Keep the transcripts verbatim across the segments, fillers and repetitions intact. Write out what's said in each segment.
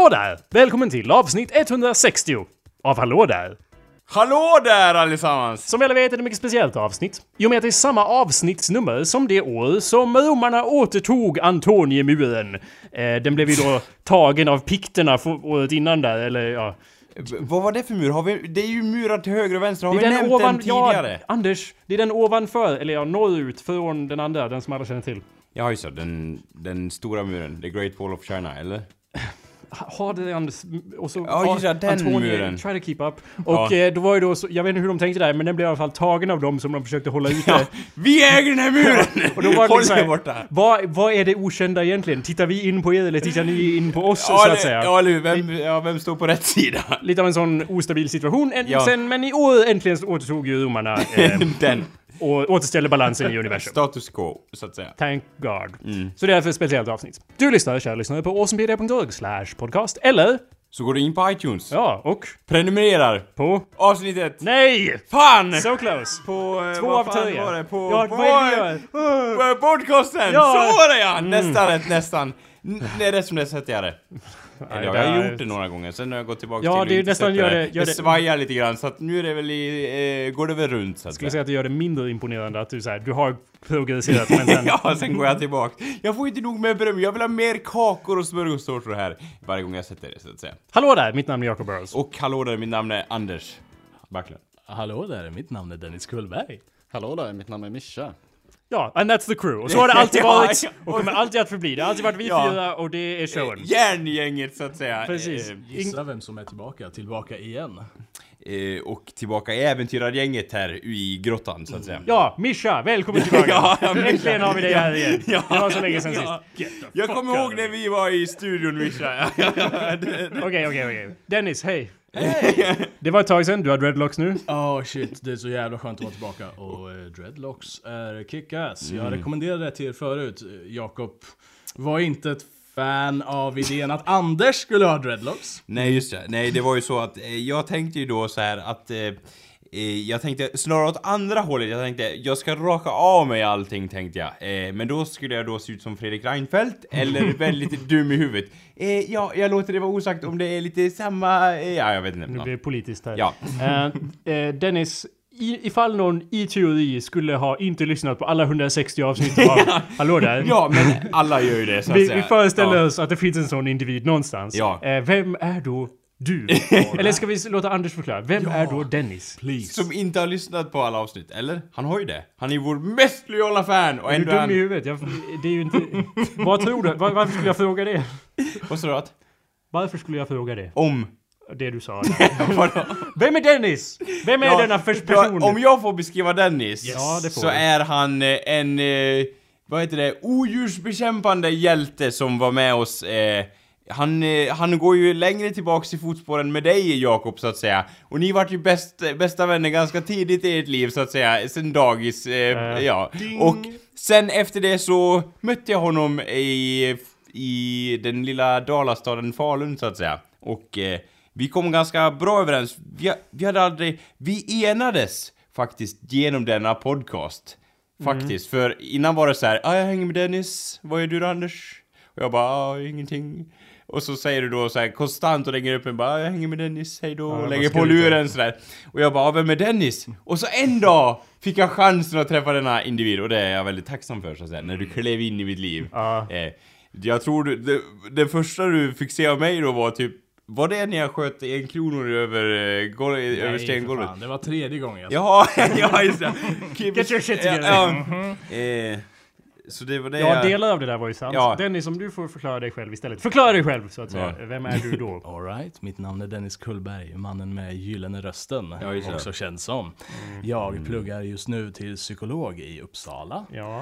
Hallå där! Välkommen till avsnitt etthundrasextio av Hallå där! Hallå där allesammans! Som alla vet är det ett mycket speciellt avsnitt. I och med att det är samma avsnittsnummer som det år som romarna återtog Antoniemuren. Eh, den blev ju då tagen av pikterna året innan där, eller ja... V- vad var det för mur? Har vi, det är ju murar till höger och vänster, har det vi är nämnt den ovan, den tidigare? Ja, Anders, det är den ovanför, eller ja, norrut från den andra, den som alla känner till. Ja, just det, den, den stora muren, The Great Wall of China, eller? Ha det Anders, och så ja, just det, den Antonie, muren. try to keep up. Och ja. eh, då var ju då, så, jag vet inte hur de tänkte där, men den blev i alla fall tagen av dem som de försökte hålla ute. Ja, vi äger den här muren! Och då var det håll liksom, dig borta! Vad, vad är det okända egentligen? Tittar vi in på er eller tittar ni in på oss, ja, så att säga? Ja, eller vem, ja, vem står på rätt sida? Lite av en sån ostabil situation. En, ja. sen, men i år äntligen återtog ju romarna eh, den. och återställde balansen i universum. Status quo, så att säga. Thank God. Mm. Så det är för ett speciellt avsnitt. Du lyssnar, kära lyssnare, på awesomepedia punkt org slash podcast, eller... Så går du in på iTunes. Ja, och... Prenumererar. På... Avsnittet. Nej! Fan! So close. På... Eh, Två vad av fan tio. var det? På... Ja, på, vad är det vi gör? på podcasten! Ja. Så var det ja! Mm. Nästan rätt, nästan. N- Nej, rätt som det sätter jag det. Eller, jag har där- gjort det några gånger, sen har jag gått tillbaka Ja, till det är och inte nästan sett gör det. det- gör det det- svajar lite grann, så att nu är det väl i, eh, går det väl runt så att Skulle säga. säga att det gör det mindre imponerande att du säger du har progresserat, men sen... Ja, sen går jag tillbaka. Jag får inte nog med beröm, jag vill ha mer kakor och smörgåstårtor här varje gång jag sätter det, så att säga. Hallå där, mitt namn är Jacob Burrows. Och hallå där, mitt namn är Anders Backlund. Hallå där, mitt namn är Dennis Kullberg. Hallå där, mitt namn är Mischa. Ja, and that's the crew. Och så har det alltid Ja, varit, ja. och kommer alltid att förbli. Det har alltid varit vi Ja. fyra, och det är showen. Järngänget, så att säga. Precis. Eh, Gissa vem som är tillbaka, tillbaka igen. eh, och tillbaka i äventyrargänget här i grottan, så att säga. Ja, Mischa, välkommen tillbaka. Ja, ja, Mischa. Äntligen har vi dig här igen. Ja. Det var så länge sedan Ja. sist. Jag kommer ihåg när vi var i studion, Mischa. Okej, okej, okej. Dennis, hej. Det var ett tag sedan, du har dreadlocks nu. Oh shit, det är så jävla skönt att vara tillbaka. Och eh, dreadlocks är kickass. Jag rekommenderade det till er förut. Eh, Jakob var inte ett fan av idén att Anders skulle ha dreadlocks. Nej, just det. Nej, det var ju så att eh, jag tänkte ju då så här att eh, eh, jag tänkte snarare åt andra hållet. Jag tänkte, jag ska raka av mig allting, tänkte jag. Eh, men då skulle jag då se ut som Fredrik Reinfeldt, eller väldigt dum i huvudet. Eh, ja, jag låter det vara osagt om det är lite samma... Eh, ja, jag vet inte. Nu blir det politiskt här. Ja. Uh, uh, Dennis, i, ifall någon i teori skulle ha inte lyssnat på alla hundrasextio avsnitt av Hallå där. Ja, men alla gör ju det, så att Vi, säga. vi föreställer Ja. oss att det finns en sån individ någonstans. Ja. Eh, vem är då du? Eller ska vi låta Anders förklara? Vem Ja. är då Dennis? Please. Som inte har lyssnat på alla avsnitt, eller? Han har ju det. Han är ju vår mest lojala fan, och Är du ändå dum han... i huvudet? Jag, det är ju inte... Vad tror du? Var, varför skulle jag fråga det? Vad sa du att? Varför skulle jag fråga det? Om... Det du sa. Vadå? Vem är Dennis? Vem är Ja, denna för person? Ja, om jag får beskriva Dennis, Ja, det får så du. är han eh, en, eh, vad heter det, odjursbekämpande hjälte som var med oss. Eh, han, eh, han går ju längre tillbaks i fotspåren med dig, Jakob, så att säga. Och ni vart ju bäst, bästa vänner ganska tidigt i ert liv, så att säga, sen dagis, eh, Äh. ja. Och sen efter det så mötte jag honom i, i den lilla dalastaden Falun, så att säga. Och eh, vi kom ganska bra överens. Vi, vi hade aldrig... Vi enades faktiskt genom denna podcast. Faktiskt. För innan var det så här: ah, jag hänger med Dennis. Vad är du då, Anders? Och jag bara, ah, ingenting. Och så säger du då så här konstant och lägger upp en bara, ah, jag hänger med Dennis, hej då. Ja, och vad lägger ska på du inte? luren sådär. Och jag bara, ah, vem är Dennis? Och så en dag fick jag chansen att träffa denna individ. Och det är jag väldigt tacksam för, så att säga. När du klev in i mitt liv. Ja. Eh, jag tror du, det, det första du fick se av mig då var typ, var det när jag sköt en kronor över, uh, gol- över Nej, för stengolvet? fan, det var tredje gången jag Jaha, ja just det. Get your shit together. Ja, ja. Eh, så det var det Ja, jag... delar av det där var ju sant. Ja. Dennis, om du får förklara dig själv istället. Förklara dig själv, så att säga. Vem är du då? All right, mitt namn är Dennis Kullberg, mannen med gyllene rösten, Ja, just det. också känd som. Jag pluggar just nu till psykolog i Uppsala. Ja.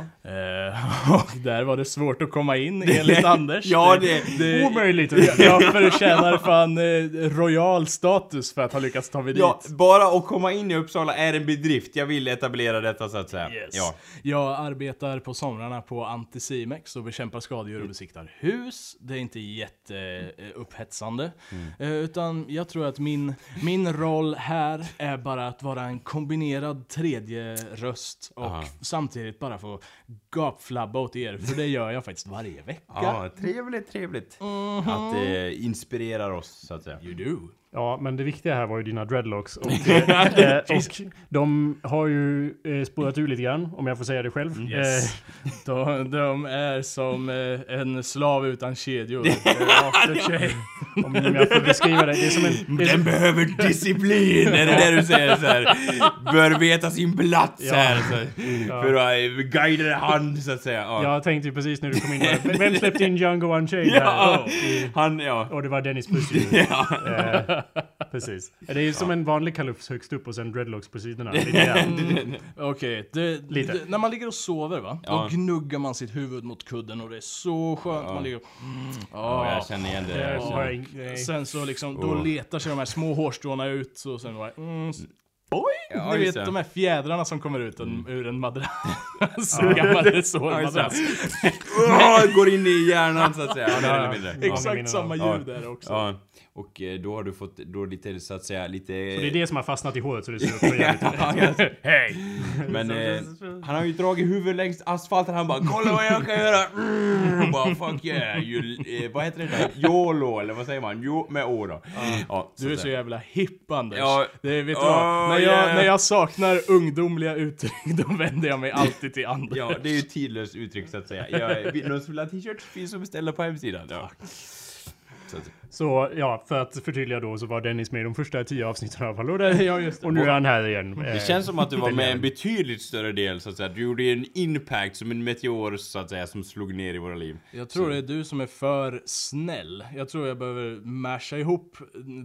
Eh, och där var det svårt att komma in enligt Anders. Ja, det- det Omöjligt. Jag förtjänar fan eh, royal status för att ha lyckats ta mig Ja, dit. bara att komma in i Uppsala är en bedrift. Jag vill etablera detta, så att säga. Yes. Ja. Jag arbetar på somrarna spelarna på Anticimex och bekämpar skadedjur och besiktar hus. Det är inte jätteupphetsande. Mm. Utan jag tror att min, min roll här är bara att vara en kombinerad tredje röst och Aha. samtidigt bara få gapflabba åt er. För det gör jag faktiskt varje vecka. Ja, trevligt, trevligt. Mm-hmm. Att det eh, inspirerar oss, så att säga. You do. Ja, men det viktiga här var ju dina dreadlocks. Och, eh, och de har ju eh, spårat ur lite grann, om jag får säga det själv. Yes. Eh, de, de är som eh, en slav utan kedjor. om jag får beskriva det. Det är som en... Den som... behöver disciplin, är det det du säger så här. Bör veta sin plats ja. här. Så, ja. För att guida hand, så att säga. Ja. Jag tänkte ju precis när du kom in där. Vem släppte in Django Unchained ja. här? Oh. Han, ja. Och det var Dennis Pussy. ja. eh, Precis. Det är ju som en vanlig kalufs högst upp och sen dreadlocks på sidorna. mm. Okej, okay. När man ligger och sover va? Ja. Då gnuggar man sitt huvud mot kudden och det är så skönt. Ja. Man ligger mm. ja, jag känner igen det. Ja. Ja. Sen så liksom, då oh. letar sig de här små hårstråna ut och sen bara mm. Oj, ja, ni vet de här fjädrarna som kommer ut en, mm. ur en madrass. Så gammal sårmadrass. Oh, går in i hjärnan så att säga. Ja, ja, ja. Exakt samma ljud ja. där också. Ja. Och eh, då har du fått då lite så att säga lite. Så det är det som har fastnat i håret så det ser ut så jävligt. Hej. Men eh, han har ju dragit huvudet längs asfalten, han bara kolla vad jag kan göra. Mm, bara fuck yeah. You, eh, vad heter det där? YOLO eller vad säger man? Jo med å då. Mm. Ja, du är så jävla hipp Anders. Ja. Det vet du oh, vad? När jag yeah. när jag saknar ungdomliga uttryck då vänder jag mig alltid till Anders. Ja, det är ju tidlöst uttryck så att säga. Jag någon som vill ha t-shirt finns att beställa på hemsidan. Ja. Så ja, för att förtydliga då så var Dennis med i de första tio avsnitten av Hallå där. Ja, just det. Och nu är han här igen. Det känns som att du var med en betydligt större del så att säga. Du gjorde en impact som en meteor så att säga som slog ner i våra liv. Jag tror så. Det är du som är för snäll. Jag tror jag behöver masha ihop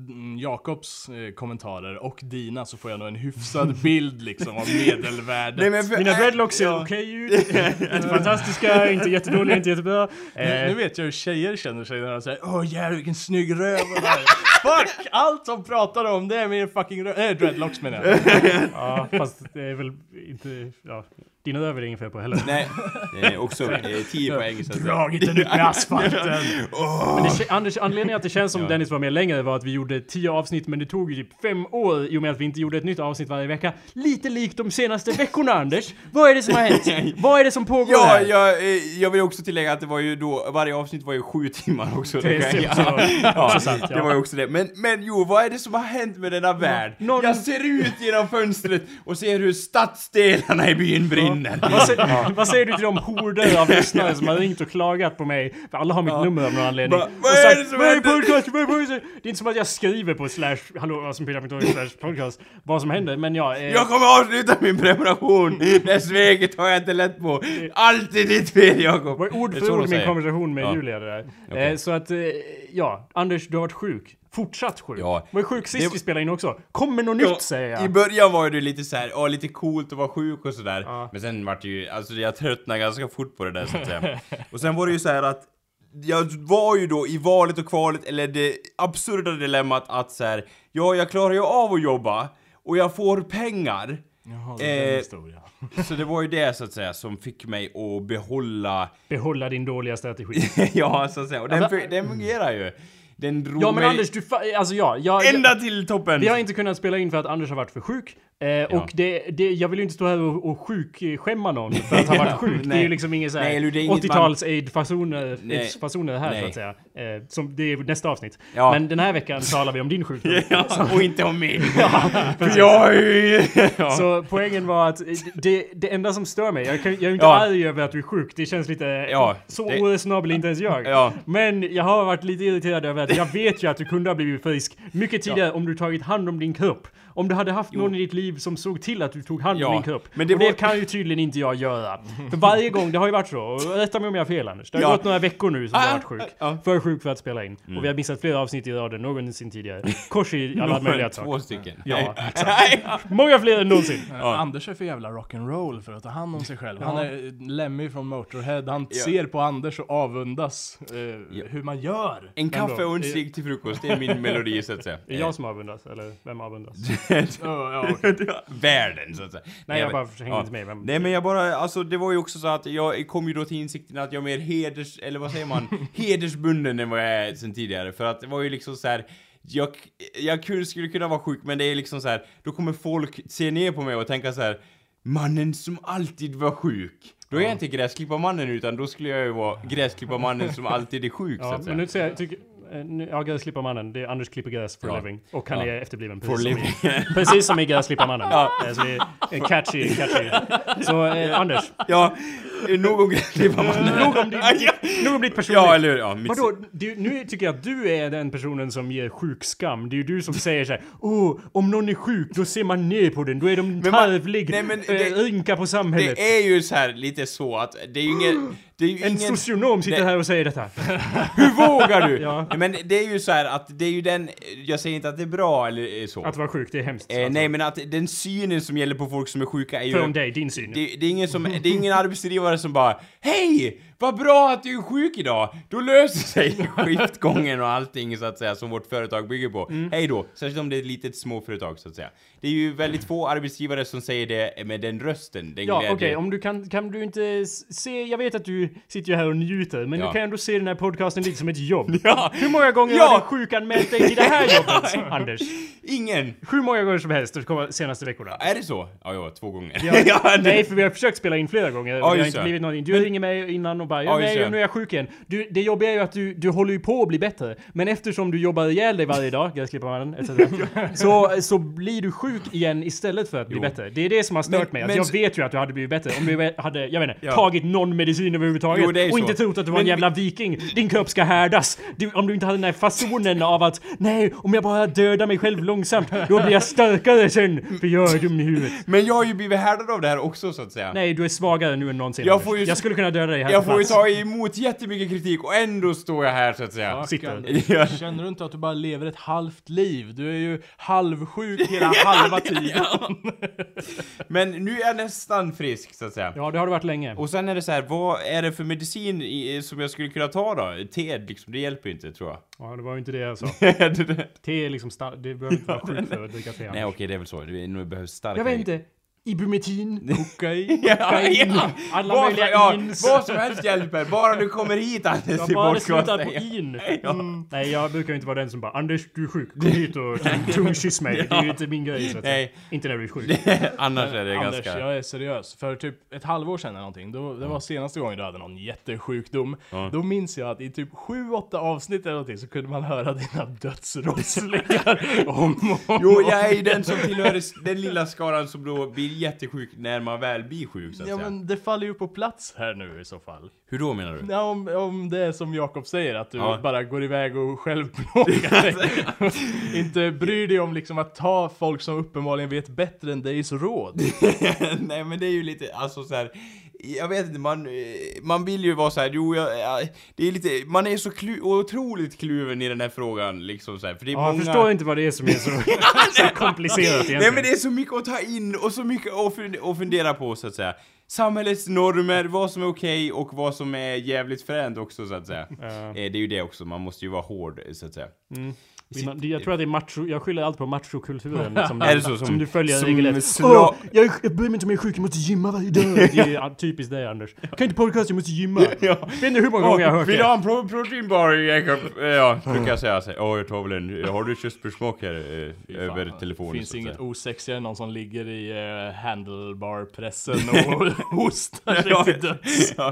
Jakobs eh, kommentarer och dina så får jag nog en hyfsad bild liksom av medelvärdet. Nej, men för, Mina dreadlocks ser ja. okej ut. Inte fantastiska, inte jättedåliga, inte jättebra. Eh. Nu, nu vet jag hur tjejer känner sig när de säger åh jävlar vilken snygg röv och där. Fuck! Allt som pratar om det är min fucking röv. Äh, dreadlocks menar jag. Ja, fast det är väl inte... Ja, dina röv är det ingen fel på heller. Nej, det är också eh, tio poäng. Dragit den ut med asfalten. oh. Men det, Anders, anledningen att det känns som ja. Dennis var med längre var att vi gjorde tio avsnitt men det tog ju typ fem år i och med att vi inte gjorde ett nytt avsnitt varje vecka. Lite likt de senaste veckorna, Anders. Vad är det som har hänt? Vad är det som pågår ja, här? Jag, jag vill också tillägga att det var ju då, varje avsnitt var ju sju timmar också. Det, är ja. Så, ja, så sant, ja. Det var ju också det. Men, men jo, vad är det som har hänt med denna värld? Någon... Jag ser ut genom fönstret och ser hur stadsdelarna i byn brinner. Ja. Vad, säger, ja. vad säger du till de horder av lyssnare som har ringt och klagat på mig? För alla har mitt ja. nummer av någon anledning. Va, vad är det som händer? Podcast, podcast. Det är inte som att jag skriver på slash hallå som Peter Victoria slash podcast vad som händer, men ja. Eh... Jag kommer avsluta min prenumeration. Det sveket har jag inte lätt på. Alltid ditt fel, Jakob. Vad är ord för ord min konversation med ja. Julia det där. Okay. Eh, så att, eh, ja, Anders, du har varit sjuk. Fortsatt sjuk. Ja. Var sjuk sist det... vi spelade in också. Kommer något ja, nytt, säger jag. I början var det lite så här, ja, lite coolt att vara sjuk och sådär. Ja. Men sen var det ju, alltså jag tröttnade ganska fort på det där så att säga. Och sen var det ju så här att jag var ju då i valet och kvalet, eller det absurda dilemmat att så här, ja, jag klarar ju av att jobba och jag får pengar. Jaha, det är en historia. Så det var ju det så att säga som fick mig att behålla behålla din dåliga strategi. Ja, så att säga. Och den, alltså, den fungerar ju. Den drog ja men mig... Anders, du fa- alltså ja, jag, ända till toppen. Vi har inte kunnat spela in för att Anders har varit för sjuk. Eh, ja. Och det, det, jag vill ju inte stå här och, och sjukskämma någon för att han har varit sjuk. Det är ju liksom ingen så här åttio-tals man... aid-fasoner här nej. Så att säga. Eh, som, det är nästa avsnitt. Ja. Men den här veckan talar vi om din sjukdom. Ja, och inte om mig. Ja, ja. Ja. Så poängen var att det, det enda som stör mig, jag, kan, jag är inte ja. arg över att du är sjuk. Det känns lite ja, så det... oresonabel, inte ens jag. Ja. Men jag har varit lite irriterad över att jag vet ju att du kunde ha blivit frisk mycket tidigare ja. Om du tagit hand om din kropp. Om du hade haft jo. någon i ditt liv som såg till att du tog hand om ja, din kropp. Men det, och var... det kan ju tydligen inte jag göra. För varje gång, det har ju varit så. Och rätta mig om jag har fel, Anders. Det har ja. gått några veckor nu som ah, jag har varit sjuk. Ah, ah. För sjuk för att spela in. Mm. Och vi har missat flera avsnitt i raden någonsin tidigare. Kors i alla möjliga saker. Två stycken. Ja, exakt. Många fler än någonsin. Ja. Anders är för jävla rock'n'roll för att ta hand om sig själv. Ja. Han är Lemmy från Motorhead. Han ja. ser på Anders och avundas eh, ja. hur man gör. En kaffe och en cigg till frukost. Det är min melodi så att säga. Är jag som avundas? Eller vem avundas? Ja, ja, okay. Världen, så att säga. Nej, jag men- bara hängde inte med. Men... Nej, men jag bara, alltså det var ju också så att jag kom ju då till insikten att jag är mer heders, eller vad säger man, hedersbunden än vad jag är sen tidigare. För att det var ju liksom så här. Jag, jag kunde, skulle kunna vara sjuk, men det är liksom så här. Då kommer folk se ner på mig och tänka så här: mannen som alltid var sjuk. Då är jag inte gräsklipparmannen, utan då skulle jag ju vara gräsklipparmannen som alltid är sjuk, så Ja, att säga. men nu säger jag, tycker, eh, nu- ja, gräsklipparmannen, det är Anders klipper gräs for Ja. living. Och han Ja. är efterbliven, For precis som, living. i, precis som i gräsklipparmannen. Ja. Alltså, det är catchy, catchy. Så eh, Anders, Ja, nog om gräsklipparmannen. nog om, din, nog om ditt personligt. Ja, eller hur? Ja, mitt... Vadå? Du, nu tycker jag att du är den personen som ger sjuk skam. Det är ju du som säger så här: åh, om någon är sjuk, då ser man ner på den. Då är de man- tarvlig, nej, men äh, det- ynka på samhället. Det är ju så här lite så att det är ju ingen... Det är ju En ingen... socionom sitter Nej. här och säger detta. Hur vågar du? Ja. Men det är ju så här att det är ju den... Jag säger inte att det är bra eller så. Att vara sjuk, det är hemskt. Eh, alltså. nej, men att den synen som gäller på folk som är sjuka är ju... Från dig, din syn. Det, det är ingen som... Det är ingen arbetsgivare som bara: hej! Vad bra att du är sjuk idag! Då löser sig skiftgången och allting, så att säga, som vårt företag bygger på. Mm. Hej då! Särskilt om det är ett litet småföretag, så att säga. Det är ju väldigt få arbetsgivare som säger det med den rösten, den Ja, okej, glädje. om du kan, kan du inte s- se, jag vet att du sitter ju här och njuter, men Ja. du kan ändå se den här podcasten lite som ett jobb. Ja. Hur många gånger Ja. har du sjukanmält dig till det här jobbet, Anders? Ingen! Hur många gånger som helst de senaste veckorna. Är det så? Ja, ja, två gånger. Ja, det- nej, för vi har försökt spela in flera gånger. Ja, det har just inte det. blivit någonting. Du ringer mig innan och bara, ja, Ja, just nej, det. nu är jag sjuk igen. Du, det jobbiga är ju att du, du håller ju på att bli bättre. Men eftersom du jobbar ihjäl dig varje dag, gräsklipparmannen, et cetera. så, så blir du sjuk igen istället för att bli Jo. bättre. Det är det som har stört Men- mig. Att men jag så- vet ju att du hade blivit bättre om du hade, jag vet inte, Ja. tagit någon medicin överhuvudtaget. Jo, det är och så. inte trott att du var en Men jävla viking. Din kropp ska härdas. Du, om du inte hade den här fasonen av att, nej, om jag bara dödar mig själv långsamt, då blir jag starkare sen. För jag är dum i huvudet. Men jag har ju blivit härdad av det här också, så att säga. Nej, du är svagare nu än någonsin. Jag Anders. får ju- jag skulle kunna döda dig här Jag på får ju plats. ta emot jättemycket kritik och ändå står jag här, så att säga. Sitter. Ja. Känner du inte att du bara lever ett halvt liv? Du är ju halvsjuk hela halva tiden. Men nu är jag nästan frisk, så att säga. Ja, det har det varit länge. Och sen är det så här, vad är det för medicin i, som jag skulle kunna ta då? Te, liksom, det hjälper ju inte, tror jag. Ja, det var ju inte det jag sa. Det- det- Te är liksom starkt. Det behöver inte vara sjuk för att dricka te. Nej, okej, det är väl så. Det är nog behövs starkare. Jag vet inte. Ibumetin, kokain, Ja, kokain, ja. alla Vad, möjliga ja, ins. vad som helst hjälper, bara du kommer hit, Anders, Jag till bara slutar podcasten. på in. Mm. Nej, jag brukar ju inte vara den som bara Anders, du är sjuk. Kom hit och tungkyss mig. Det är ju inte min grej. Så att Nej. inte när du är sjuk. Annars är det Anders, ganska... jag är seriös. För typ ett halvår sedan eller någonting, då, det var senaste gången du hade någon jättesjukdom. Ja. Då minns jag att i typ sju åtta avsnitt eller någonting så kunde man höra dina dödsrosslingar om och Jo, jag är ju den som tillhör den lilla skaran som då blir jättesjuk när man väl blir sjuk, så att Ja, säga. men det faller ju på plats här nu i så fall. Hur då, menar du? Ja, om, om det är som Jakob säger, att du Ja. bara går iväg och själv plågar dig. Inte bryr dig om liksom att ta folk som uppenbarligen vet bättre än dig så råd. Nej, men det är ju lite, alltså så här. Jag vet inte, man, eh, man vill ju vara så här. Jo, jag, jag, det är lite, man är så klu, otroligt kluven i den här frågan, liksom så här, för det är Ja, många... jag förstår inte vad det är som är så, så komplicerat egentligen. Nej, men det är så mycket att ta in och så mycket att fun- att fundera på, så att säga. Samhällets normer, vad som är okej och vad som är jävligt fränt också, så att säga. Ja. Eh, Det är ju det också, man måste ju vara hård, så att säga. Mm. Man, jag tror att det är macho, jag skyller allt på machokulturen som, Är det så? som, Som- du följer som regelrätt. sla- Åh, jag, jag bryr mig inte om jag är sjuk, jag måste gymma varje dag. Det är ja, typiskt dig, Anders. Kan inte podcast, jag måste gymma. Ja. Vet inte hur många gånger jag har hört Vill du ha det. en pro- proteinbar, Jacob? Eh, Ja, brukar jag säga så här. Åh, jag tar väl en... Har du köttbulsmak här eh, över Fan, telefonen? finns så att inget säga. osexigare än någon som ligger i uh, handlebar-pressen och hostar sig Ja. till döds. Ja.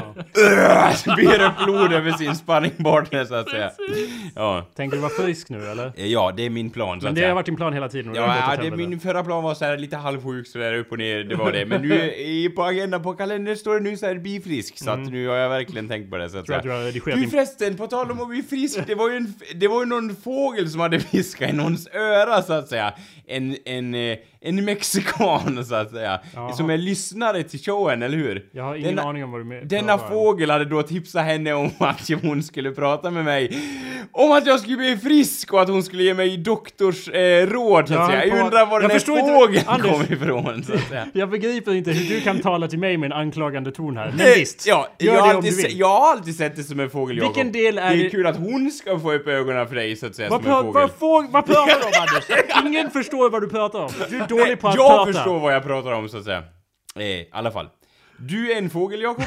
Ugh, spyr upp blod över sin spanningpartner, så att säga. Ja. Tänker du vara frisk nu, eller? Eh, ja, det är min plan, så Men att det säga. har varit din plan hela tiden. och det har Ja, gått åt ja det, helvete. min förra plan var så här lite halvsjuk, så där upp och ner, det var det. Men nu i, på agendan på kalendern står det nu så här bifrisk, så att nu har jag verkligen tänkt på det, så att Tror att du säga. har redigerat Du din... förresten, på tal om att bli frisk, det var ju, en, det var ju någon fågel som hade fiskat i någons öra, så att säga. En, en, eh, en mexikan, så att säga. Jaha. Som är lyssnare till showen, eller hur? Jag har ingen Denna- aning om vad du med. Denna vad- fågel hade då tipsat henne om att hon skulle prata med mig om att jag skulle bli frisk och att hon skulle ge mig doktors eh, råd, så att Ja, säga. Jag på- undrar var jag den här förstår inte- fågeln Anders. kom ifrån, så att säga. Jag begriper inte hur du kan tala till mig med en anklagande ton här. Men Eh, visst, ja, gör jag, har det om alltid du se, vill. jag har alltid sett det som en fågel, Jakob. Vilken del är det? det- är kul att hon ska få upp ögonen för dig, så att säga, Vad, som en pra- fågel. vad, fåg- vad pratar du om, Anders? Ingen förstår vad du pratar om. Du är dålig på att jag prata. förstår vad jag pratar om så att säga. Eh, I alla fall. Du är en fågel, Jakob.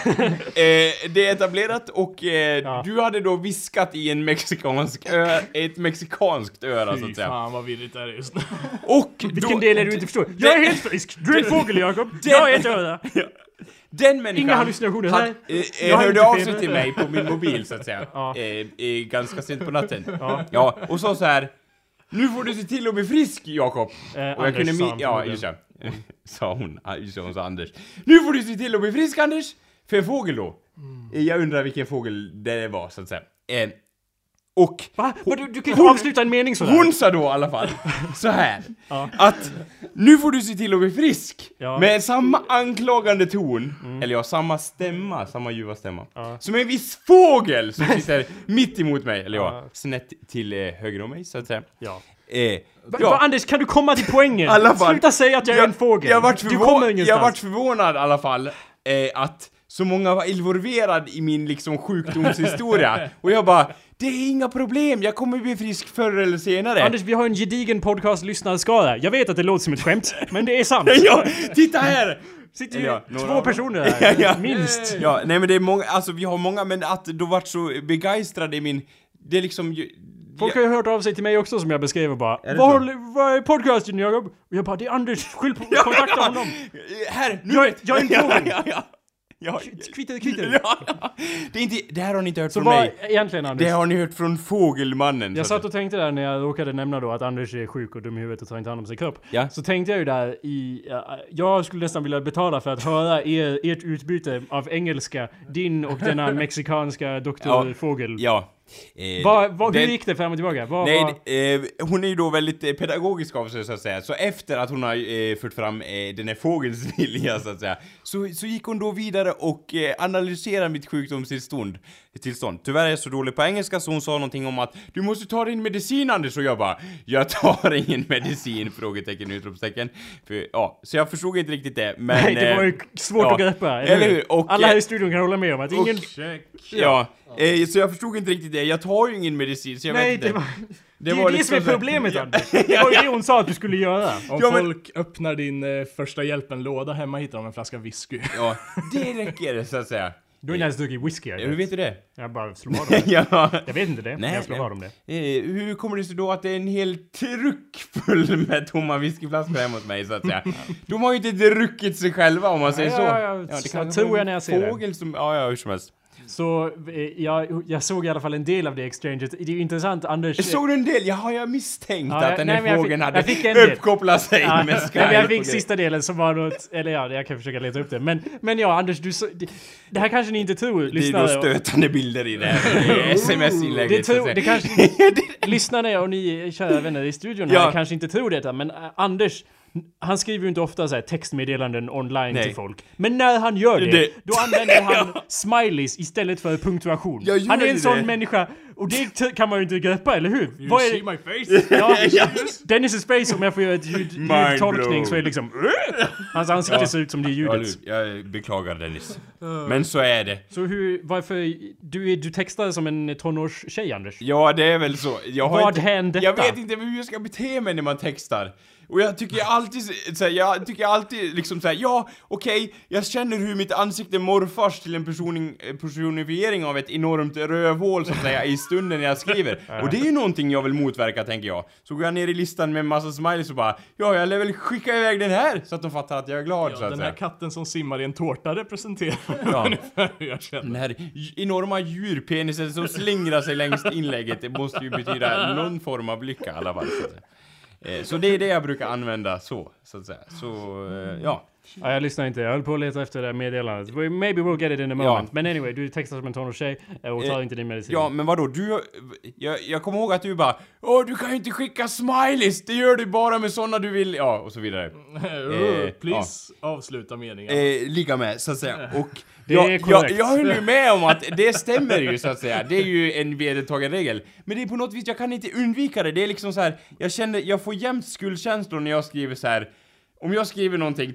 eh, det är etablerat och eh, Ja. du hade då viskat i en mexikansk ö, ett mexikanskt öra så Fy att säga. fan vad virrigt det är just nu. Och Vilken då, del är du inte förstår? Jag är helt frisk! Du är en fågel, Jakob! Jag är ett öra! Den människan Inga hallucinationer här. hade, eh, Jag eh, har hörde inte av feber. sig till mig på min mobil så att säga. Ja. eh, eh, ganska sent på natten. Ja. Ja, och sa så här. Nu får du se till att bli frisk, Jakob. Eh, och jag Anders kunde sa mi- han ja, förmodligen. just det. Sa hon, ja, just det, hon sa Anders. Nu får du se till att bli frisk, Anders. För en fågel då. Eh, Jag undrar vilken fågel det var så att säga. Eh, och Va? Men du, du kan inte avsluta en mening sådär. hon sa då i alla fall så här Ja. att nu får du se till att bli frisk Ja. med samma anklagande ton eller ja, samma stämma, samma ljuva stämma Ja. som en viss fågel som sitter mitt emot mig eller ja, Ja. snett till eh, höger om mig så att säga. Ja. Eh, Va, ja. va, Anders, kan du komma till poängen? Alla fall. Sluta säga att jag är en fågel. Jag vart du förvå- kommer jag ingenstans. vart förvånad i alla fall eh, att så många var involverad i min liksom sjukdomshistoria och jag bara det är inga problem, jag kommer bli frisk förr eller senare. Anders, vi har en gedigen podcast-lyssnarskara. Jag vet att det låter som ett skämt, men det är sant. Ja, titta här! Sitter ju Ja, några två av dem. personer här, Ja, ja. minst. Ja, nej men det är många, alltså vi har många, men att du vart så begeistrad i min, det är liksom ju... Folk har ju hört av sig till mig också som jag beskrev och bara Är det vad, så? håller- vad är podcasten, Jakob? Och jag bara, det är Anders, skyll på, kontakta honom. Här, nu Jag- vet jag är en ja, fågel. ja, ja. Ja, Kvittet, kvittet. ja, ja. Det är inte, det här har ni inte hört Så från vad mig. egentligen, Anders? Det har ni hört från Fågelmannen. Jag så att satt och tänkte där när jag råkade nämna då att Anders är sjuk och dum i huvudet och tar inte hand om sin kropp. Ja. Så tänkte jag ju där i... ja, jag skulle nästan vilja betala för att höra er, ert utbyte av engelska, din och denna mexikanska doktor Ja. Fågel. Ja. Eh, Va, va, hur den- gick det fram och tillbaka? Va, Nej, va, eh, hon är ju då väldigt eh, pedagogisk av sig så att säga. Så efter att hon har eh, fört fram eh, den här fågelns vilja så att säga. Så, så gick hon då vidare och eh, analyserade mitt sjukdomstillstånd. Tillstånd. Tyvärr är jag så dålig på engelska så hon sa någonting om att du måste ta din medicin, Anders, och jag bara jag tar ingen medicin, frågetecken, utropstecken. För, ja, så jag förstod inte riktigt det. Men, Nej, det var ju eh, svårt ja, att greppa. eller hur? Och, Alla här eh, i studion kan hålla med om att ingen... Check. Ja, eh, så jag förstod inte riktigt det. Jag tar ju ingen medicin så jag Nej, vet inte. det var... Det, var är det liksom som är så- problemet, Anders. Det var ju det hon sa att du skulle göra. Om Ja, men- folk öppnar din eh, första hjälpen-låda hemma hittar de en flaska whisky. Ja, det räcker så att säga. Du har inte ens druckit whisky. Ja, hur vet du det? Jag bara slår vad om det. Ja. Jag vet inte det, men Nej, jag slår nej. vad om det. Eh, hur kommer det sig då att det är en hel truck full med tomma whiskyflaskor hemma hos mig så att säga? De har ju inte druckit sig själva om man säger Ja, så. ja, ja, det så kan tror vara jag en när jag ser det. fågel som, ja, ja, hur som helst. Så eh, jag, jag såg i alla fall en del av det exchanget. Det är ju intressant, Anders... Såg du en del? Jag har jag misstänkt Ja, att jag- den nej, här men jag fågeln fick- hade jag fick en del. uppkopplat sig Ja, med Skype. nej, men jag och fick det. sista delen som var något... Eller ja, jag kan försöka leta upp det. Men, men ja, Anders, du så, det, det här kanske ni inte tror, Det är lyssnare. då stötande bilder i det här sms-inlägget. Det, så att tror, säga. det kanske lyssnarna och ni kära vänner i studion Ja. här kanske inte tror detta, men äh, Anders, han skriver ju inte ofta så här textmeddelanden online Nej. till folk. Men när han gör det, Det- då använder han smileys istället för punktuation. Jag gör Han är en ju sån det. människa, och det t- kan man ju inte greppa, eller hur? You Vad är see det? my face? Ja, Dennis' space, om jag får göra ett ljud, Mind ljudtolkning blown. så är det liksom... Hans ansikte Ja. ser ut som det Ja, ljudet. du, jag beklagar Dennis. Men så är det. Så hur, varför, du, är- du textar som en tonårstjej, Anders? Ja, det är väl så. Jag har Vad inte, hände Jag detta? vet inte hur jag ska bete mig när man textar. Och jag tycker alltid, så här, jag tycker alltid liksom såhär, ja, okej, jag känner hur mitt ansikte morfars till en personing, personifiering av ett enormt rövhål så att säga i stunden när jag skriver. Och det är ju någonting jag vill motverka, tänker jag. Så går jag ner i listan med en massa smileys och bara, ja, jag lär väl skicka iväg den här så att de fattar att jag är glad, så Ja, att den säga. här katten som simmar i en tårta representerar Ja. ungefär hur jag känner. Den här enorma djurpenisen som slingrar sig längs inlägget, det måste ju betyda någon form av lycka i alla fall. Så, att säga. Eh, så det är det jag brukar använda så, så att säga. Så, eh, ja. Ja, jag lyssnar inte. Jag höll på att leta efter det här meddelandet. We- Maybe we'll get it in a moment. Men anyway, du textar som en tonårstjej och tar Eh, inte din medicin. Ja, men vadå? Du, jag, jag kommer ihåg att du bara, åh, du kan ju inte skicka smileys, det gör du bara med såna du vill, ja, och så vidare. Uh, Please avsluta meningen. Eh, ligga med, så att säga. Och Det jag, är jag, korrekt. jag höll ju med om att det stämmer ju, så att säga. Det är ju en vedertagen regel. Men det är på något vis, jag kan inte undvika det. Det är liksom så här, jag känner, jag får jämt skuldkänslor när jag skriver så här. Om jag skriver någonting typ,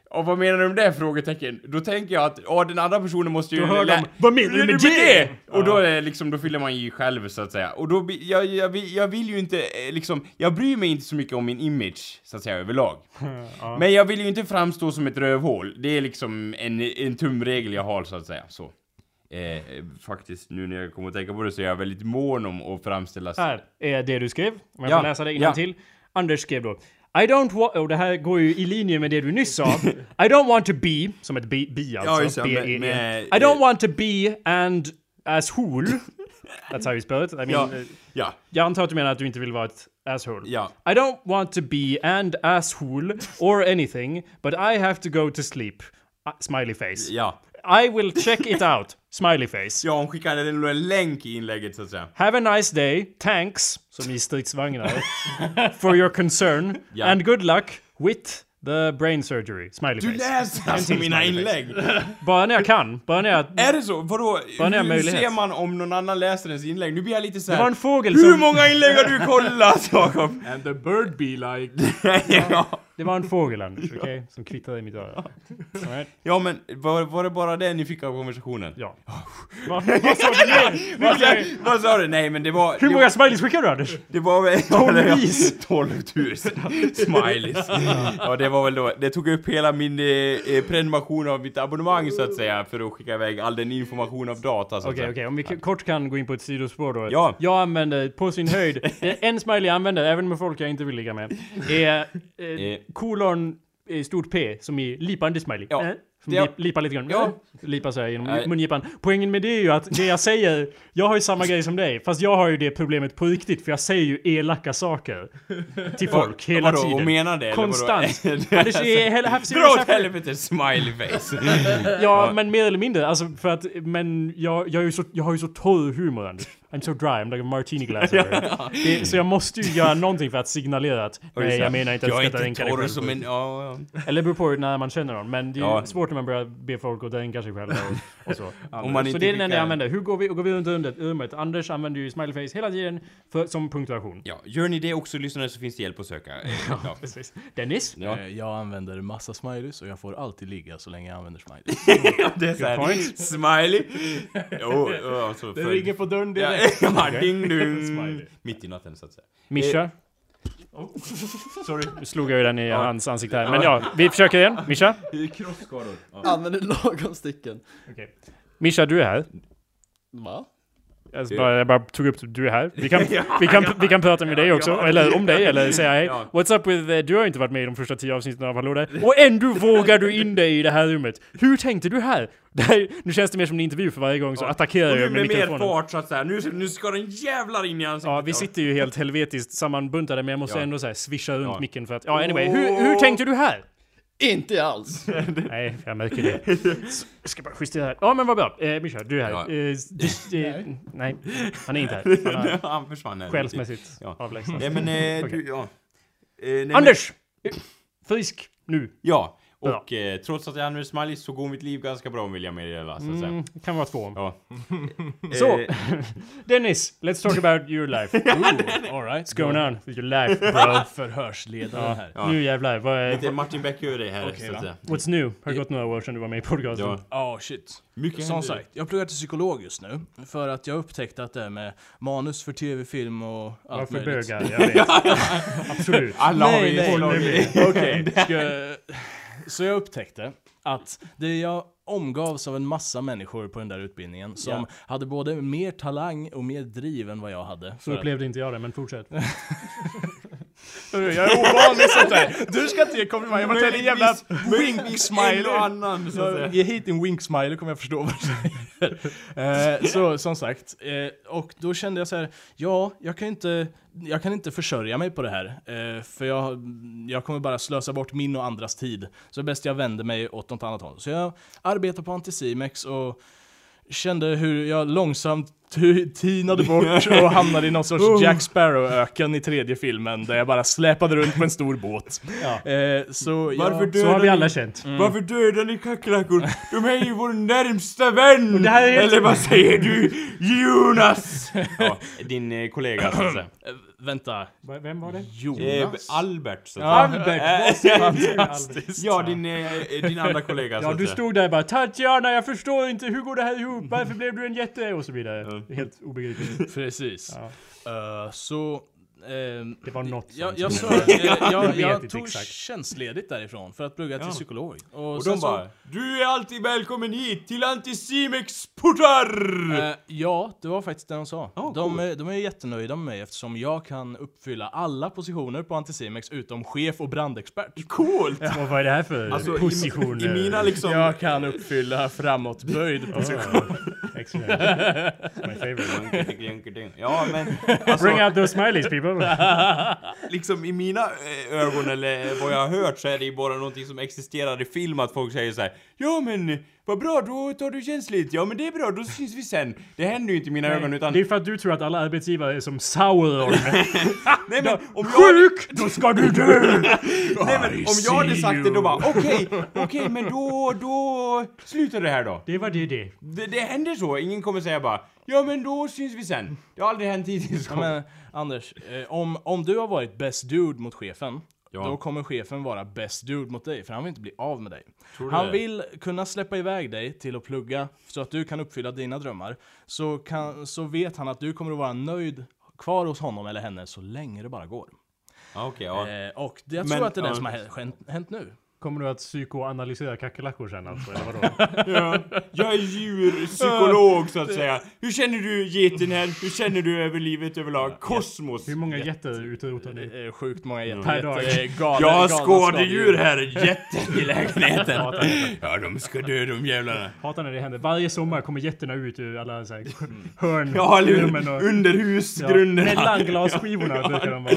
Och vad menar du med det frågetecken? Då tänker jag att åh, den andra personen måste ju... Då hör lä- de, vad menar du med det? Och då är liksom, då fyller man i själv så att säga. Och då, bli- jag, jag, vill, jag vill ju inte eh, liksom, jag bryr mig inte så mycket om min image så att säga överlag. Ja. Men jag vill ju inte framstå som ett rövhål. Det är liksom en, en tumregel jag har så att säga. Så. Eh, faktiskt, nu när jag kommer att tänka på det så är jag väldigt mån om att framställa sig. Här är det du skrev. Om jag Ja, får läsa det ja. innan till. Anders skrev då. I don't want... Och det här går ju i linje med det du nyss sa. I don't want to be... Som ett bi, bi alltså. Ja, just det, B E E. med- med- I don't want to be and asshole. That's how you spell it. I mean, Ja, eh, ja, jag antar att du menar att du inte vill vara ett asshole. ja. I don't want to be and asshole or anything, but I have to go to sleep. Uh, smiley face. Ja. I will check it out. Smiley face. Ja, hon skickade en, en länk i inlägget så att säga. Have a nice day. Thanks, som i stridsvagnar, for your concern. Ja. And good luck with the brain surgery. Smiley Du face. läser alltså till mina smiley face. inlägg. Bara när jag kan. Bara när jag... Är det så? Vadå? Bara när jag har Hur möjlighet. ser man om någon annan läser ens inlägg? Nu blir jag lite så Det här. var en fågel Hur som... många inlägg har du kollat, Jakob? And the bird be like... ja. Det var en fågel, Anders, okej? Okay? Som kvittrade i mitt öra. All right. ja, men var, var det bara det ni fick av konversationen? Ja. Va, vad sa du mer? Vad sa, vad sa du? Nej, men det var... Hur det, många smileys skickade du, Anders? det var väl... Tolvvis. tolv tusen smileys. Ja, det var väl då... Det tog upp hela min eh, prenumeration av mitt abonnemang, så att säga, för att skicka iväg all den information av data, så att Okej, säga. okej. Om vi k- kort kan gå in på ett sidospår då. Ja. Jag använder på sin höjd, en smiley jag använder, även med folk jag inte vill ligga med, är eh, Eh. kolon eh, stort P, som i lipande smiley. Ja. Eh, som Det- lip, lipar lite grann. Ja. Eh, Lipar så här genom Nej. mungipan. Poängen med det är ju att det jag säger, jag har ju samma grej som dig, fast jag har ju det problemet på riktigt, för jag säger ju elaka saker till folk hela Vadå, tiden. och menar det? eller vadå? Konstant. Anders är hela här Dra åt helvete, smiley face. Ja, men mer eller mindre. Alltså, för att, men jag, jag, är ju så, jag har ju så torr humor, Anders. I'm so dry, I'm like a martini glass. det, så jag måste ju göra någonting för att signalera att nej, jag menar inte att jag jag ska är dränka dig inte torr själv. som en... Ja, ja. Eller det beror på när man känner någon. Men det är ju Ja. svårt när man börjar be folk att dränka sig själva och, och så. Om man så inte det är den enda skickar- jag använder. Hur går vi, går vi runt rummet, rummet? Anders använder ju smiley face hela tiden för, som punktuation. Ja, gör ni det också, lyssnare, så finns det hjälp att söka. Eh, Ja. Precis. Dennis? Ja. Eh, Jag använder massa smileys och jag får alltid ligga så länge jag använder smileys. Ja, det är såhär, point. smiley. Jo, jo, alltså, Det för- ringer på dörren Ja, direkt. ja, ding ding. Smiley. Mitt i natten, så att säga. Mischa? Sorry. Nu slog jag ju den i hans ansikte här. Men ja, vi försöker igen. Mischa? Krossskador. Ja. Använder lagom stycken. Okej. Mischa, du är här. Va? Jag bara, jag bara tog upp du är här. Vi kan, vi kan, vi kan prata med dig också. Eller om dig, eller säga hej. Ja. What's up with... uh, Du har inte varit med i de första tio avsnitten av Hallå där. Och ändå vågar du in dig i det här rummet. Hur tänkte du här? Det här nu känns det mer som en intervju för varje gång, så attackerar Och jag nu med med mer mikrofonen. fart, så att säga. Nu, nu ska den jävlar in i ansiktet. Ja, vi sitter ju helt helvetiskt sammanbuntade, men jag måste Ja. ändå så här swisha runt Ja. micken för att... Ja, anyway. Hur, hur tänkte du här? Inte alls. Nej, jag märker det. S- Jag ska bara justera här. Ja, men vad bra. Eh, Mischa, du är här. Ja. Eh, du, eh, nej, han är inte här. Han är Han försvann här. själsmässigt Ja. avlägsen. Ja, men eh, Okej. du, ja. Eh, nej, men- Anders! Frisk nu. Ja, Bra. och eh, trots att jag använder smileys så går mitt liv ganska bra, vill jag meddela, så att säga. Mm, kan vara två. Ja. Så, Eh, Dennis, let's talk about your life. Ooh, all right. What's going on with your life, bro? Förhörsledaren här. Ja. Nu jävlar, vad är... lite Martin Beck-Hure här, Okej, så att va? säga. What's new? Har det gått några år sedan du var med i podcasten? Ja. Ja, oh, shit. Mycket Som händer. sagt, jag pluggar till psykolog just nu. För att jag upptäckte att det är med manus för tv-film och allt Varför möjligt. bögar? Jag vet. Absolut. Alla har Nej, vi nej, slagit. Okej, ska- så jag upptäckte att det jag omgavs av en massa människor på den där utbildningen som Ja. hade både mer talang och mer driv än vad jag hade. Så För att- upplevde inte jag det, men fortsätt. Jag är ovanlig sånt där. Du ska inte ge komplimang, jag bara tar en jävla Möjligtvis en wink-smiley. och annan, så att säga. Ge hit en wink-smiley kommer jag förstå vad du säger. eh, Så som sagt, eh, och då kände jag så här: ja, jag kan inte, jag kan inte försörja mig på det här. Eh, för jag, jag kommer bara slösa bort min och andras tid. Så det är bäst jag vänder mig åt något annat håll. Så jag arbetar på Anticimex och kände hur jag långsamt t- tinade bort och hamnade i någon sorts Jack Sparrow-öken i tredje filmen där jag bara släpade runt på en stor båt. Ja. Eh, så jag, Varför Så har vi dödar alla ni- känt. Varför dödar ni kackerlackor? De är ju vår närmsta vän! det här är helt- Eller vad säger du, Jonas? ja, din eh, kollega så att säga. Äh, vänta. Va- Vem var det? Eh, Jonas? Albert så att Ja. säga. Albert! Eh, Fantastiskt. Ja, din, eh, din andra kollega så Ja, att du säga. stod där bara Tatjana, jag förstår inte, hur går det här ihop? Varför blev du en jätte? Och så vidare. Helt obegripligt. Precis. Ja. Uh, så... ehm, Det var något jag, sånt jag, som sa, jag- jag, jag, vet jag inte tog exakt. tjänstledigt därifrån för att plugga till Ja. psykolog. Och, Och sen de så- bara, du är alltid välkommen hit till Anticimex portar! Eh, ja, det var faktiskt det de sa. Oh, de, cool. är, de är jättenöjda med mig eftersom jag kan uppfylla alla positioner på Anticimex utom chef och brandexpert. Coolt! Och vad är det här för Alltså, i, positioner? i mina liksom... Jag kan uppfylla framåtböjd position. Excellent. My favorite. Ja, men alltså, Bring out those smileys people. liksom i mina eh, ögon eller vad jag har hört så är det ju bara någonting som existerar i film att folk säger så här: ja men vad bra, då tar du tjänstledigt. Ja men det är bra, då syns vi sen. Det händer ju inte i mina ögon utan... Det är för att du tror att alla arbetsgivare är som Sauron. Nej men om jag... Sjuk! Då ska du dö! Nej men om jag hade sagt det då bara okej, okej men då, då slutar det här då. Det var det det. Det, det händer så, ingen kommer säga bara ja men då syns vi sen. Det har aldrig hänt hittills. Ja, men Anders, eh, om, om du har varit best dude mot chefen, Ja. då kommer chefen vara best dude mot dig, för han vill inte bli av med dig. Tror du Han det? vill kunna släppa iväg dig till att plugga så att du kan uppfylla dina drömmar. Så, kan, så vet han att du kommer att vara nöjd kvar hos honom eller henne så länge det bara går. Ja, okej, ja. Eh, och det, jag Men, tror att det är det ja. som har hänt, hänt, hänt nu. Kommer du att psykoanalysera kackerlackor sen alltså, eller vadå? Ja, jag är djurpsykolog så att säga. Hur känner du geten här? Hur känner du över livet överlag? Kosmos. Hur många jätter utrotar ni? Det är sjukt många jätte, Per dag. jätte, galna, Jag har galna skådedjur här, jätten i lägenheten. Ja, de ska dö de jävlarna. Hatar när det händer. Varje sommar kommer jätterna ut ur alla så här, hörn, Ja, eller rummen och... under husgrunderna. Mellan glasskivorna brukar de vara.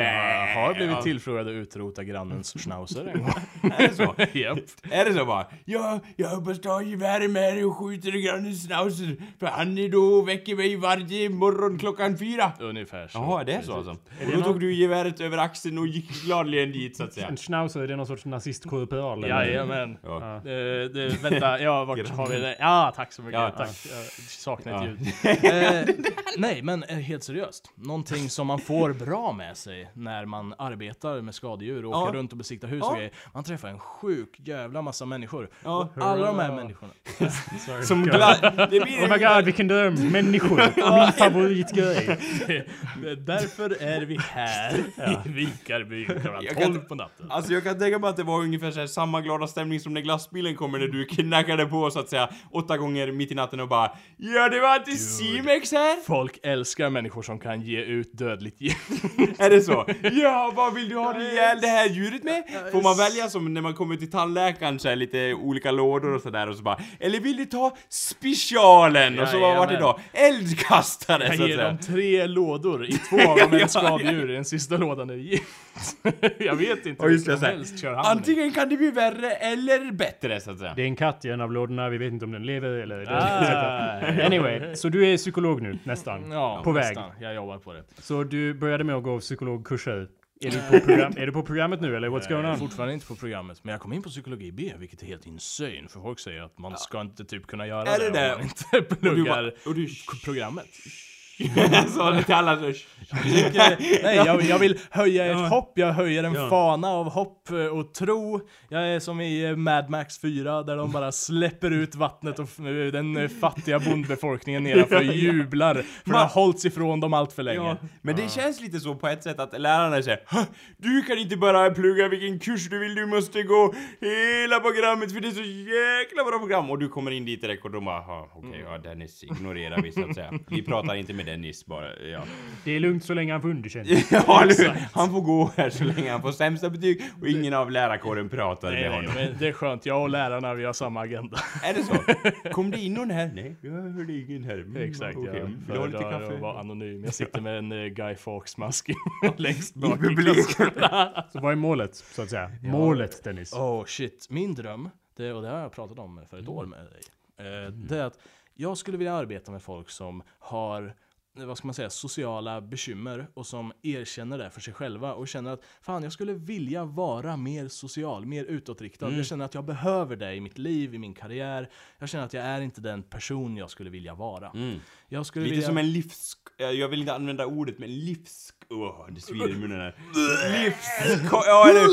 Jag har blivit tillfrågad att utrota grannens schnauzer en gång. Är det så? Japp. Är det så bara? Ja, jag hoppas ta gevär med och skjuter grannens schnauzer. För han är då väcker mig varje morgon klockan fyra. Ungefär så. Jaha, det är så alltså? Är Och det då någon- tog du geväret över axeln och gick gladeligen dit så att säga. En schnauzer, är det någon sorts nazistkorporal? eller? Jajamän. Ja. Det, det, vänta, ja, vart har vi det? Ja, tack så mycket. Ja, tack. Jag saknar ett Ja. ljud. eh, nej, men eh, helt seriöst. Någonting som man får bra med sig när man arbetar med skadedjur och Ja. åker runt och besiktar hus Ja. och grejer. Man träffar en sjuk jävla massa människor. Ja. Och alla de här människorna. Sorry. Som glad... Det blir Oh my god, vilken dröm! Människor! Min favoritgrej! Därför är vi här i Vikarby klockan Jag kan- tolv på natten. Alltså jag kan tänka mig att det var ungefär så här samma glada stämning som när glassbilen kommer när du knackade på så att säga åtta gånger mitt i natten och bara ja det var inte Simex här! Folk älskar människor som kan ge ut dödligt gift. Är det så? Ja, vad vill du ha ihjäl det här djuret med? Får man välja som när man kommer till tandläkaren så här, lite olika lådor och sådär och så bara eller vill du ta specialen? Och så vad var det då? Eldkastare Jag så att ger säga. dem tre lådor. I två av dem är ett skadedjur, i den sista lådan är gift. Jag vet inte Och just hur det, som så här, helst kör han. antingen kan det bli värre eller bättre så att säga. Det är en katt i en av lådorna, vi vet inte om den lever eller dör. Ah, Anyway, så du är psykolog nu, nästan. ja, på väg. nästan. Jag jobbar på det. Så du började med att gå psykologkurser. Är du på, program, är du på programmet nu eller what's going Jag är on? fortfarande inte på programmet, men jag kom in på psykologi B, vilket är helt insane. För folk säger att man ska inte typ kunna göra Är det det, det? om man inte Och du pluggar bara- och du programmet. sa det till alla så. Nej, jag, jag vill höja ett Ja. hopp, jag höjer en Ja. fana av hopp eh, och tro. Jag är som i eh, Mad Max fyra, där de bara släpper ut vattnet och f- den eh, fattiga bondbefolkningen nedanför jublar. För det har hållits ifrån dem allt för länge. Ja, men det känns lite så på ett sätt att lärarna säger "Hå, du kan inte bara plugga vilken kurs du vill, du måste gå hela programmet för det är så jäkla bra program. Och du kommer in dit direkt och de bara, "Ha, okej, ja Dennis ignorerar vi så att säga. Vi pratar inte med Dennis bara, ja. Det är lugnt så länge han får underkänt. Ja, nu, han får gå här så länge han får sämsta betyg och ingen av lärarkåren pratar Nej, med nej, honom. men det är skönt, jag och lärarna, vi har samma agenda. Är det så? Kom det in någon här? Nej, jag hörde ingen här. Mm, Exakt, okej. jag Vill du ha lite föredrar kaffe? att vara anonym. Jag sitter med en uh, Guy Fawkes-mask längst I bak i publiken. klassen. Så vad är målet, så att säga? Målet, Dennis. Oh shit, min dröm, det, och det har jag pratat om för ett år med dig, eh, det är att jag skulle vilja arbeta med folk som har vad ska man säga, sociala bekymmer och som erkänner det för sig själva och känner att fan, jag skulle vilja vara mer social, mer utåtriktad. Mm. Jag känner att jag behöver det i mitt liv, i min karriär. Jag känner att jag är inte den person jag skulle vilja vara. Mm. Jag skulle Lite vilja... som en livs... Jag vill inte använda ordet, men livs... Åh, oh, det svider i munnen här. Livs... Ja, eller...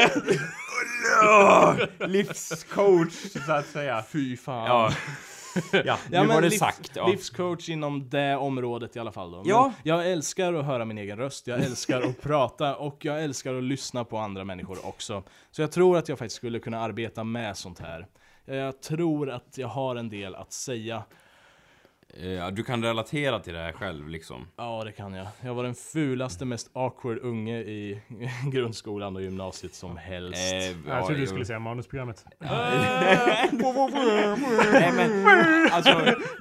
livscoach, så att säga. Fy fan. Ja. Ja, nu ja, var det livs, sagt. Ja. Livscoach inom det området i alla fall då. Ja. Jag älskar att höra min egen röst, jag älskar att prata och jag älskar att lyssna på andra människor också. Så jag tror att jag faktiskt skulle kunna arbeta med sånt här. Jag tror att jag har en del att säga. Ja, du kan relatera till det här själv liksom. Ja, det kan jag. Jag var den fulaste, mest awkward unge i grundskolan och gymnasiet som helst. Eh, ja, jag trodde du jo. skulle säga manusprogrammet. Nej, men alltså...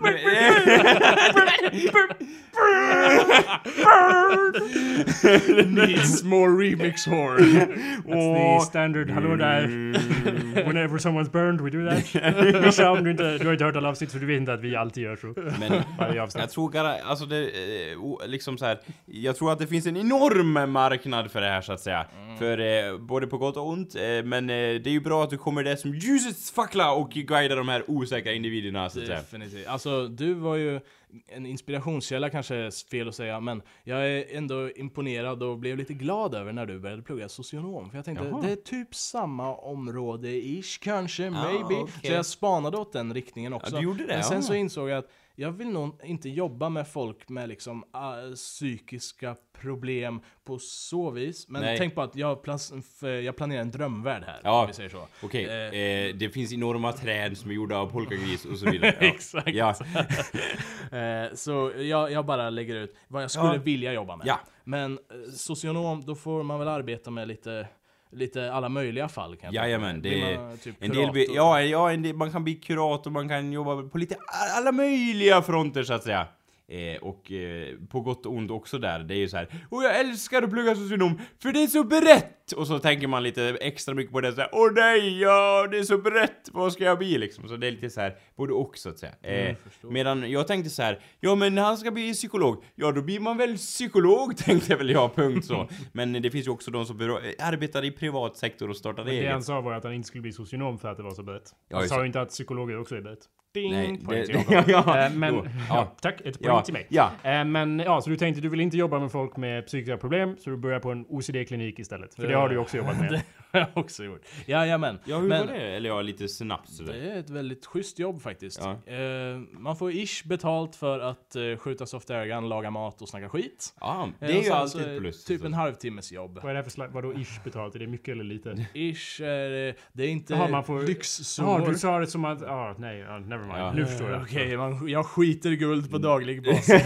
Needs more remix horn. That's the standard, hallå där. Whenever someone's burned, we do that. Mischa, om du inte, du har inte hört alla avsnitt så du vet inte att vi alltid gör så. Men jag tror gara, alltså det, eh, liksom så här, jag tror att det finns en enorm marknad för det här så att säga. Mm. För eh, både på gott och ont. Eh, men eh, det är ju bra att du kommer där som ljusets fackla och guidar de här osäkra individerna så att säga. Definitivt. Alltså, du var ju en inspirationskälla, kanske är fel att säga, men jag är ändå imponerad och blev lite glad över när du började plugga socionom. För jag tänkte, Jaha. det är typ samma område-ish kanske, ah, maybe. Okay. Så jag spanade åt den riktningen också. Ja, du gjorde det, men sen ja. så insåg jag att jag vill nog inte jobba med folk med liksom uh, psykiska problem på så vis. Men Nej. tänk på att jag, plas- jag planerar en drömvärld här, ja. om vi säger så. Okej, okay. eh, det finns enorma träd som är gjorda av polkagris och så vidare. Ja. Exakt. Ja. eh, så jag, jag bara lägger ut vad jag skulle ja. vilja jobba med. Ja. Men eh, socionom, då får man väl arbeta med lite... Lite alla möjliga fall kan jag Jajamän, det är typ en del be, ja, ja, en del, man kan bli kurator, man kan jobba på lite alla möjliga fronter så att säga. Eh, och eh, på gott och ont också där. Det är ju så här, och jag älskar att plugga socionom för det är så brett. Och så tänker man lite extra mycket på det så här, åh nej, ja, det är så brett. Vad ska jag bli liksom? Så det är lite så här, både och så att säga. Eh, mm, medan jag tänkte så här, ja men när han ska bli psykolog, ja då blir man väl psykolog, tänkte väl jag, punkt så. Men det finns ju också de som beror, arbetar i privat sektor och startar eget. Det han sa var att han inte skulle bli socionom för att det var så brett. Ja, han sa ju inte att psykologer också är brett. Ding, Nej, det, det, ja, ja. Äh, men, ja. Ja, tack, ett poäng ja. till mig. Ja. Äh, men ja, så du tänkte du vill inte jobba med folk med psykiska problem, så du börjar på en O C D-klinik istället. För det har du ju också jobbat med. Det har jag också gjort. Jajamän. Ja, hur men, var det? Eller ja, lite snabbt sådär. Det är ett väldigt schysst jobb faktiskt. Ja. Uh, man får ish betalt för att uh, skjuta soft airgun, laga mat och snacka skit. Ja, det är uh, ju alltid alltså, ett plus. Typ en halvtimmes jobb. Vad är det för slag? Vadå ish betalt? Är det mycket eller lite? Ish är det är inte Aha, man får... lyxsummor. Ja, du sa det som att... Ja, ah, nej, ah, never mind. Ja. Nu förstår jag. Okej, okay, jag skiter guld på daglig basis.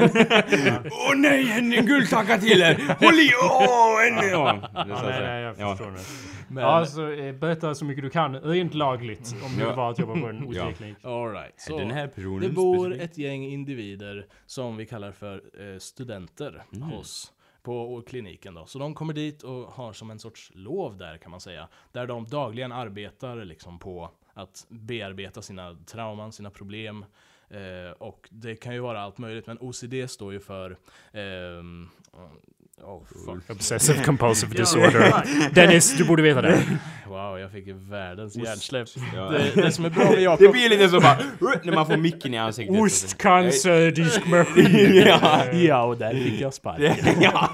Åh oh, nej, en guldtacka till er! Håll i! Åh, en... Ja, ja, nej, nej, jag förstår ja. det. Men... Ja, så eh, berätta så mycket du kan, rent lagligt, om ja. det var att jobba på en O C D-klinik. Ja. All right. Så den här personen det bor specifikt? ett gäng individer som vi kallar för eh, studenter mm. hos på kliniken då. Så de kommer dit och har som en sorts lov där, kan man säga. Där de dagligen arbetar liksom på att bearbeta sina trauman, sina problem. Eh, och det kan ju vara allt möjligt, men O C D står ju för ehm, oh, fuck. Obsessive compulsive disorder. Dennis, du borde veta det. Wow, jag fick världens hjärnsläpp. Ja. Det, det som är bra med Jakob... Det blir lite så bara när man får micken i ansiktet. Ostcancer, diskmaskin. Ja. Ja, och där fick jag spark. Ja.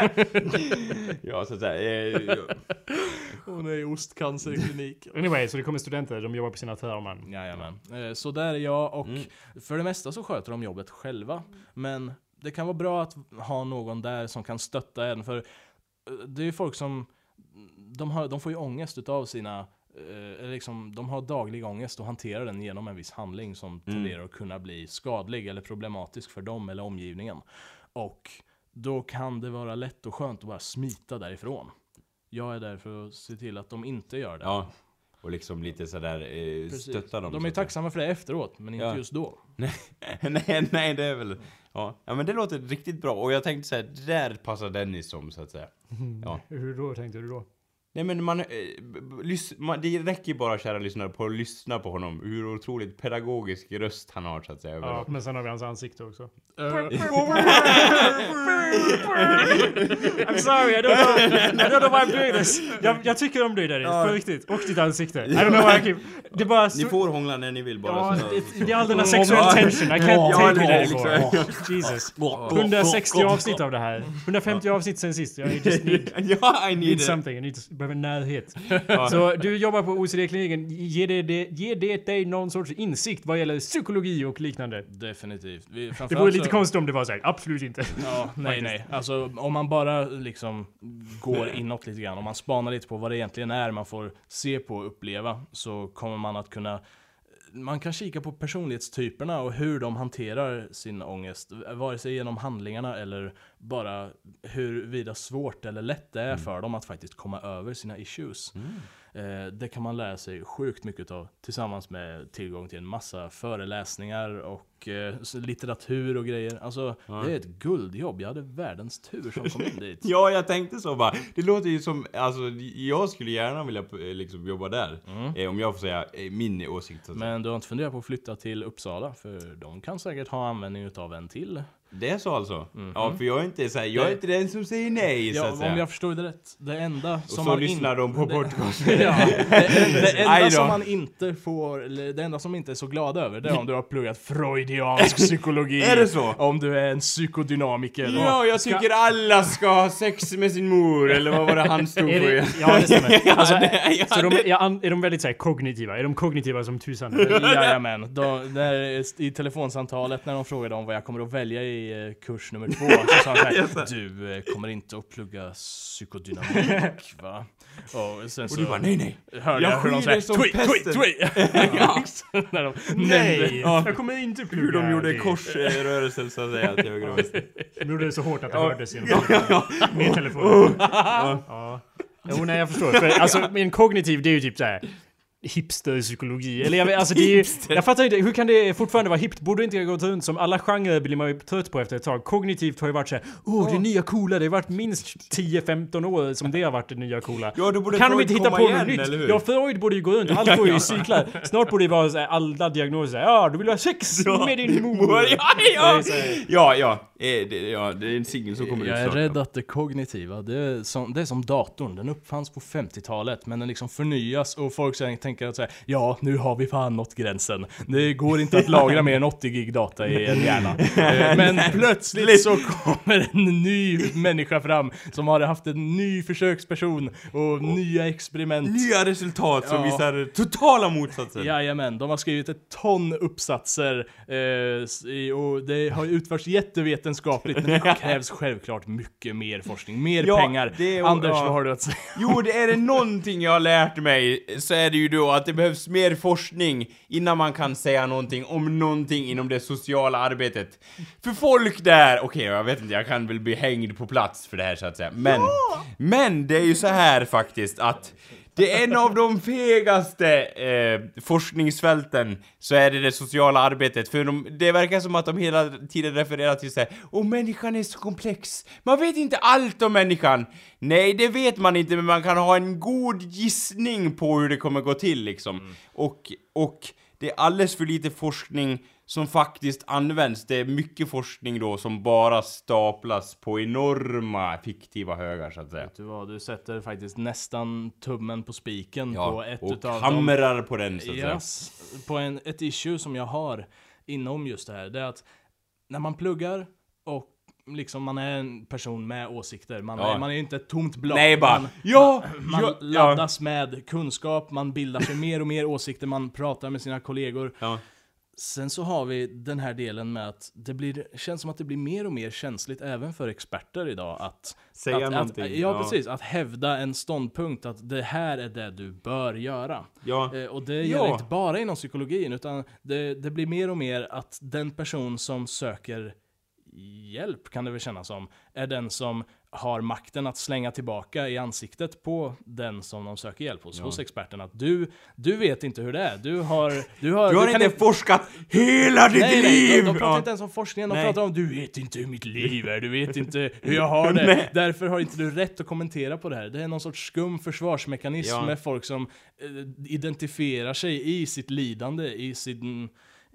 Ja, så att säga. Åh nej, ostcancerklinik. Anyway, så det kommer studenter, de jobbar på sina trauman. Jajamän. Så där är jag, och Mm. för det mesta så sköter de jobbet själva. Men det kan vara bra att ha någon där som kan stötta en, för det är ju folk som de, har, de får ju ångest utav sina eh, liksom, de har daglig ångest och hanterar den genom en viss handling som mm. tenderar att kunna bli skadlig eller problematisk för dem eller omgivningen. Och då kan det vara lätt och skönt att bara smita därifrån. Jag är där för att se till att de inte gör det. Ja. Och liksom lite sådär eh, stötta dem. De är tacksamma för det efteråt, men inte ja. just då. nej, nej, det är väl... Ja. ja, men det låter riktigt bra. Och jag tänkte så här, det där passar Dennis som, så att säga. Ja. Hur då tänkte du då? Nej men man, eh, lys, man det räcker ju bara, kära lyssnare, på att lyssna på honom. Hur otroligt pedagogisk röst han har, så att säga. Ja, men sen har vi hans ansikte också. Uh, I'm sorry, I don't know, I don't know why I'm doing this. Jag, jag tycker om dig där, ja. På riktigt. Och ditt ansikte. I don't know why I keep... Det är bara... Ni får hångla när ni vill bara. Ja, så. det, det är all den här sexual tension. I can't Ja, take det it är anymore. liksom- Jesus. hundrasextio avsnitt av det här. hundrafemtio avsnitt sen sist. Jag just need, Ja, I need need it. something. Jag need behöver närhet. Så du jobbar på O C D-kliniken. Ger det, det, ger det dig någon sorts insikt vad gäller psykologi och liknande? definitivt. Vi, Det vore lite så- konstigt om det var så här. Absolut inte. Ja, nej, nej. Alltså om man bara liksom går inåt lite grann, om man spanar lite på vad det egentligen är man får se på och uppleva, så kommer man att kunna, man kan kika på personlighetstyperna och hur de hanterar sin ångest, vare sig genom handlingarna eller bara huruvida svårt eller lätt det är mm. för dem att faktiskt komma över sina issues. Mm. Eh, det kan man lära sig sjukt mycket av, tillsammans med tillgång till en massa föreläsningar och eh, litteratur och grejer. Alltså, ja. Det är ett guldjobb. Jag hade världens tur som kom in dit. Ja, jag tänkte så bara. Det låter ju som, alltså, jag skulle gärna vilja liksom jobba där. Mm. Eh, om jag får säga eh, min åsikt. Men du har inte funderat på att flytta till Uppsala? För de kan säkert ha användning utav en till. Det är så alltså? Mm-hmm. Ja, för jag är inte så här, jag är inte den som säger nej, så ja, att säga. Om jag förstår det rätt. Det enda och som så man lyssnar in... de på det... podcast. ja, det, det enda som man inte får, eller det enda som inte är så glad över, det är om du har pluggat freudiansk psykologi. Är det så? Om du är en psykodynamiker. Ja, jag ska... tycker alla ska ha sex med sin mor, eller vad var det han stod är för? det... Ja, det stämmer. Alltså, ja, det, ja, så de, det... ja, är de väldigt så här, kognitiva? Är de kognitiva som tusan? Jajamän. Då, där, i telefonsamtalet när de frågade om vad jag kommer att välja i eh, kurs nummer två, så sa han såhär, du eh, kommer inte att plugga psykodynamik, va? Och sen och så du bara, nej, nej. hörde jag jag hur de skiljer säger, som twi, twi, twi. När de Nej, nämnde, ja. jag kommer inte plugga. Hur de gjorde det. korsrörelser, så att säga, till höger och vänster. De gjorde det så hårt att det Ja. hördes genom min telefon. Ja. Ja. Jo, nej, jag förstår. För, alltså, min kognitiv, det är ju typ så här hipsterpsykologi. Eller jag vet, alltså det är, jag fattar inte, hur kan det fortfarande vara hippt? Borde inte gå runt som alla genrer blir man ju trött på efter ett tag. Kognitivt har ju varit så här, åh, oh, det nya coola, det har varit minst tio femton år som det har varit det nya coola. Ja, då borde kan Freud de inte hitta komma på igen, något nytt? eller hur? Ja, Freud borde ju gå runt, allt går ju i cyklar. Snart borde det vara så här, alla diagnoser, ja, du vill ha sex med din mor. Ja, ja, ja, ja, eh, det, ja, det är en singel som kommer ut Jag är snart. rädd att det kognitiva, det är, som, det är som datorn. Den uppfanns på femtiotalet, men den liksom förnyas och folk sen tänker att säga, ja, nu har vi fan nått gränsen. Det går inte att lagra mer än åttio gig data i en hjärna. Men plötsligt så kommer en ny människa fram som har haft en ny försöksperson och nya experiment. Nya resultat som Ja. visar totala motsatser. Jajamän, de har skrivit ett ton uppsatser eh, och det har utförts jättevetenskapligt, men det krävs självklart mycket mer forskning, mer Ja, pengar. det är- Anders, ja. vad har du att säga? Jo, det är det någonting jag har lärt mig, så är det ju då att det behövs mer forskning innan man kan säga någonting om någonting inom det sociala arbetet. För folk där, okej, okay, jag vet inte, jag kan väl bli hängd på plats för det här, så att säga. Men, ja. men det är ju så här faktiskt att det är en av de fegaste eh, forskningsfälten, så är det det sociala arbetet. För de, det verkar som att de hela tiden refererar till så här: åh, människan är så komplex. Man vet inte allt om människan. Nej, det vet man inte, men man kan ha en god gissning på hur det kommer gå till liksom. Mm. Och, och det är alldeles för lite forskning som faktiskt används. Det är mycket forskning då som bara staplas på enorma fiktiva högar, så att säga. Vet du vad, du sätter faktiskt nästan tummen på spiken Ja, på ett och utav hamrar de, på den, så att yes, säga. På en, ett issue som jag har inom just det här. Det är att när man pluggar och liksom man är en person med åsikter, man, Ja. är, man är ju inte ett tomt blad. Nej, bara, man, ja, man, man ja, laddas med kunskap, man bildar sig mer och mer åsikter, man pratar med sina kollegor. Ja. Sen så har vi den här delen med att det blir, känns som att det blir mer och mer känsligt även för experter idag att Säga att, någonting. Att, ja, ja, precis. Att hävda en ståndpunkt att det här är det du bör göra. Ja. Eh, och det Ja. gäller inte bara inom psykologin, utan det, det blir mer och mer att den person som söker hjälp, kan det väl kännas som, är den som har makten att slänga tillbaka i ansiktet på den som de söker hjälp hos, ja. hos experten. Att du, du vet inte hur det är. Du har, du har, du har du inte inte forskat hela ditt nej, liv! Nej, de, de pratar ja. inte ens om forskningen. De nej. pratar om du vet inte hur mitt liv är. Du vet inte hur jag har det. Nej. Därför har inte du rätt att kommentera på det här. Det är någon sorts skum försvarsmekanism ja. med folk som eh, identifierar sig i sitt lidande, i sin,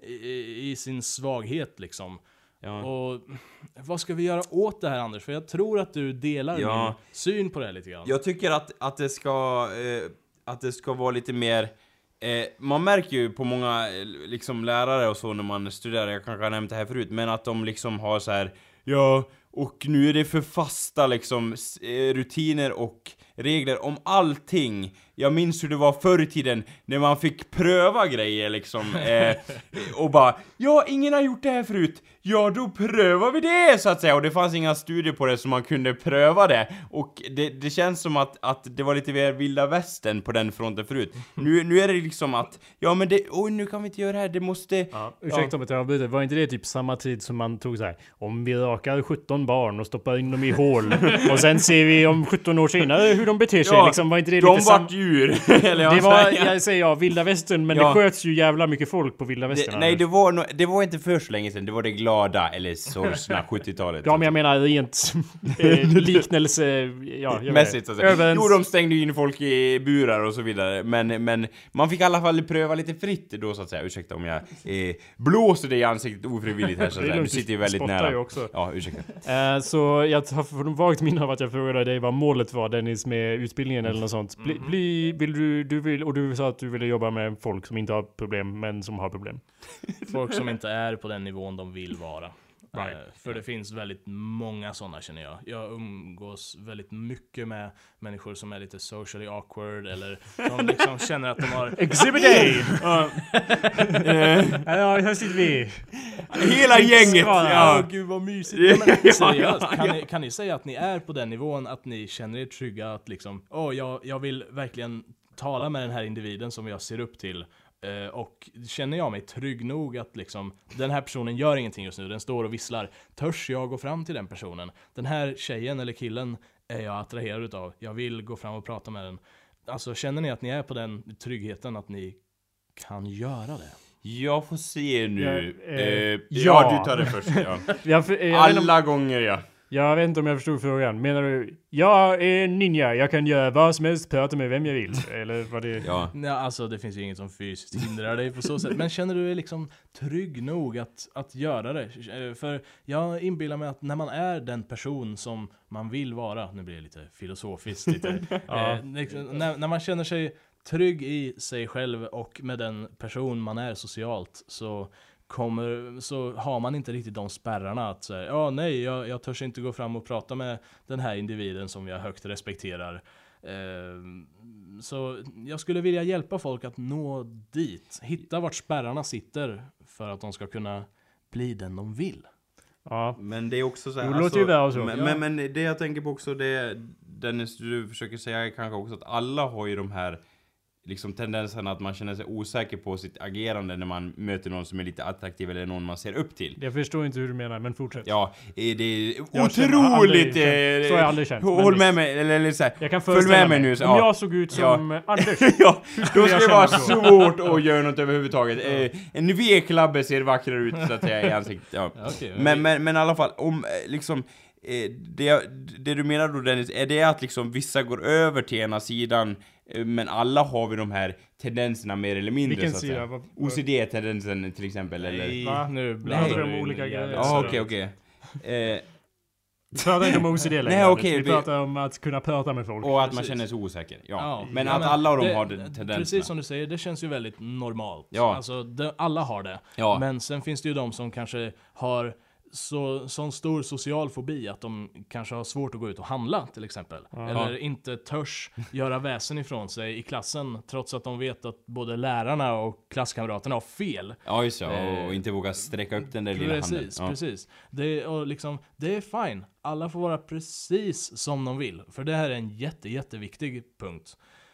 i, i sin svaghet liksom. Ja. Och vad ska vi göra åt det här, Anders? För jag tror att du delar ja. min syn på det här lite grann. Jag tycker att, att det ska eh, att det ska vara lite mer eh, man märker ju på många liksom lärare och så när man studerar, jag kanske har nämnt det här förut, men att de liksom har så här ja, och nu är det för fasta liksom rutiner och regler om allting. Jag minns hur det var förr i tiden när man fick pröva grejer liksom eh, och bara, ja, ingen har gjort det här förut. Ja, då prövar vi det så att säga. Och det fanns inga studier på det så man kunde pröva det. Och det, det känns som att, att det var lite mer vilda västern på den fronten förut. Nu, nu är det liksom att, ja men det, oj, nu kan vi inte göra det här, det måste... Ja, ursäkta ja. om jag avbryter, var inte det typ samma tid som man tog så här, om vi rakar sjutton barn och stoppar in dem i hål och sen ser vi om sjutton år senare hur de beter sig, ja, liksom, var inte det de lite sam... vart djur. Eller det var, jag säger ja, vilda västern, men ja. det sköts ju jävla mycket folk på vilda västern. Det, nej, det var, no, det var inte för så länge sedan, det var det glada, eller sorgsna sjuttiotalet. Ja, men jag menar rent eh, liknelse, ja, jag mässigt så att säga. Överens... Jo, de stängde in folk i burar och så vidare, men, men man fick i alla fall pröva lite fritt då så att säga. Ursäkta om jag eh, blåser dig i ansiktet ofrivilligt här så att säga. Du sitter ju väldigt nära. Ju också. Ja, ursäkta. Uh, så jag har vagt minne av att jag frågade dig vad målet var, Dennis, med utbildningen eller något sånt. Bli, bli, vill du, du vill, och du sa att du ville jobba med folk som inte har problem, men som har problem. Folk som inte är på den nivån de vill vara. Right. Uh, för det finns väldigt många sådana, känner jag. Jag umgås väldigt mycket med människor som är lite socially awkward eller som liksom känner att de har... Exhibit A! Ja, här sitter vi. Hela gänget! Ja, oh, gud vad mysigt. Ja, men, seriöst, kan, ni, kan ni säga att ni är på den nivån att ni känner er trygga att liksom, åh, oh, jag, jag vill verkligen tala med den här individen som jag ser upp till. Uh, och känner jag mig trygg nog att liksom, den här personen gör ingenting just nu, den står och visslar, törs jag gå fram till den personen? Den här tjejen eller killen är jag attraherad utav, jag vill gå fram och prata med den. Alltså, känner ni att ni är på den tryggheten att ni kan göra det? Jag får se nu. Ja, eh, eh, ja. ja, du tar det först. Ja. jag, för, jag Alla om, gånger, ja. Jag vet inte om jag förstod frågan. Menar du, jag är ninja, jag kan göra vad som helst, prata med vem jag vill? Eller vad det... Ja. Nej, alltså det finns ju inget som fysiskt hindrar dig på så sätt. Men känner du dig liksom trygg nog att, att göra det? För jag inbillar mig att när man är den person som man vill vara, nu blir det lite filosofiskt, lite, ja. eh, när, när man känner sig trygg i sig själv och med den person man är socialt, så kommer, så har man inte riktigt de spärrarna att säga, ja nej, jag, jag törs inte gå fram och prata med den här individen som jag högt respekterar. Eh, så jag skulle vilja hjälpa folk att nå dit, hitta vart spärrarna sitter för att de ska kunna bli den de vill. Ja, men det är också så här, det låter ju väl så. Men, ja. men, men det jag tänker på också, det Dennis, du försöker säga kanske också att alla har ju de här liksom tendensen att man känner sig osäker på sitt agerande när man möter någon som är lite attraktiv eller någon man ser upp till. Jag förstår inte hur du menar, men fortsätt. Ja, det är jag otroligt... Aldrig, så har jag aldrig känt. Håll med mig, eller, eller så här, jag kan följ med mig nu. Så, om ja. jag såg ut som ja. Anders. Ja, då ska det vara så. svårt att göra något överhuvudtaget. Eh, en V-klabbe ser vackrare ut så att säga i ansiktet. Ja. Okay, men, men, men i alla fall, om liksom... Eh, det, det du menar då, Dennis, är det att liksom vissa går över till ena sidan, eh, men alla har vi de här tendenserna mer eller mindre. Vilken så att sida? säga. Vad, O C D-tendensen till exempel. Nej, eller? Va? Nu blandar du om olika grejer. Ja, okej, okej. Vi pratar inte om O C D längre. Nej, okay, vi pratar om att kunna prata med folk. Och att precis. man känner sig osäker. Ja. Ja. Men ja, att men alla av dem det, har den tendenserna. Precis som du säger, det känns ju väldigt normalt. Ja. Alltså, det, alla har det. Ja. Men sen finns det ju de som kanske har så sån stor social fobi att de kanske har svårt att gå ut och handla till exempel. Aha. Eller inte törs göra väsen ifrån sig i klassen trots att de vet att både lärarna och klasskamraterna har fel. Ja, just det. Och inte våga sträcka upp den där lilla handen. Precis, ja. precis. Det, och liksom, det är fine. Alla får vara precis som de vill. För det här är en jätte, jätteviktig punkt.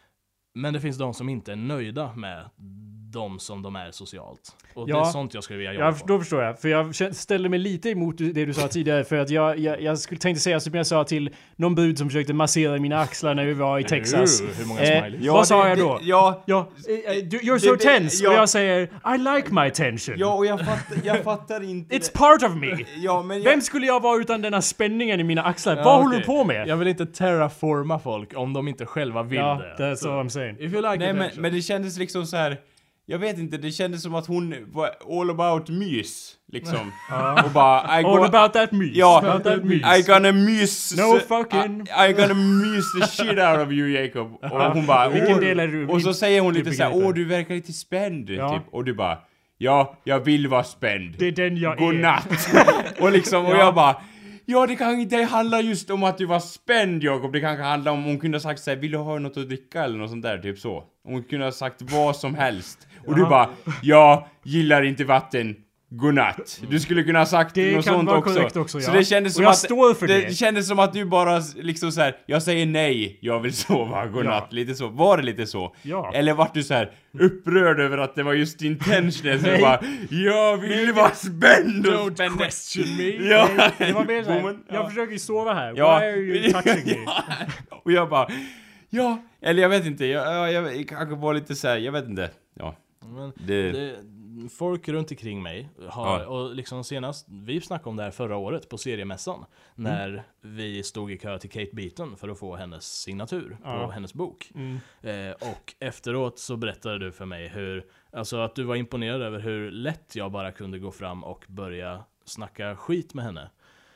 Men det finns de som inte är nöjda med de som de är socialt. Och Ja. det är sånt jag skulle vilja jobba Ja, på. då förstår jag. För jag kän- ställde mig lite emot det du sa tidigare. För att jag, jag, jag skulle tänkte säga som jag sa till någon brud som försökte massera mina axlar när vi var i Texas. Uh, hur många Eh, smileys? Ja, vad sa det- jag då? det- Ja, Ja, eh, eh, du- you're so Det- det- tense. ja. Och jag säger I like my tension. ja, och jag fattar, jag fattar inte It's det. part of me. Ja, men jag, Vem skulle jag vara utan den här spänningen i mina axlar? Ja, Vad okej. håller du på med? Jag vill inte terraforma folk om de inte själva vill Ja, det. that's Så, all I'm saying. if you like nej, it, men, action. men det kändes liksom så här. Jag vet inte, det kändes som att hon var all about mys, liksom. Och bara, I All go, about that mys. Ja, about that mys. I gonna mys... No fucking- I, I gonna mys the shit out of you, Jacob. Och hon bara... Vilken "Åh." del är du? Och så säger hon lite Typ så här, begriper. åh, du verkar lite spänd, Ja. typ. Och du bara, ja, jag vill vara spänd. Det är den jag är. Godnatt. Och liksom, och Ja. jag bara... Ja, det kan inte handla just om att du var spänd, Jakob. Det kanske handlar om, hon kunde ha sagt så här, vill du ha något att dricka eller något sånt där, typ så. Hon kunde ha sagt vad som helst. Och du bara, jag gillar inte vatten. Godnatt. Du skulle kunna ha sagt Det något kan sånt vara också. korrekt också, Så ja. det kändes Och som jag att... står för det. Det kändes som att du bara liksom så här, jag säger nej, jag vill sova, godnatt. Ja. Lite så. Var det lite så? Ja. Eller vart du så här upprörd över att det var just din tension? Så Nej. bara, jag vill vara spänd och Don't spänd. question me. Ja. Det var mer såhär, Woman, jag ja. försöker ju sova här. Ja. Why are you touching me? Ja. Och jag bara, ja, eller jag vet inte, jag, jag, jag kanske var lite så här, jag vet inte. Ja, Men det... det, folk runt omkring mig har, Ja. och liksom senast, vi snackade om det här förra året på seriemässan, när vi stod i kö till Kate Beaton för att få hennes signatur Ja. på hennes bok. Mm. Eh, och efteråt så berättade du för mig hur, alltså att du var imponerad över hur lätt jag bara kunde gå fram och börja snacka skit med henne.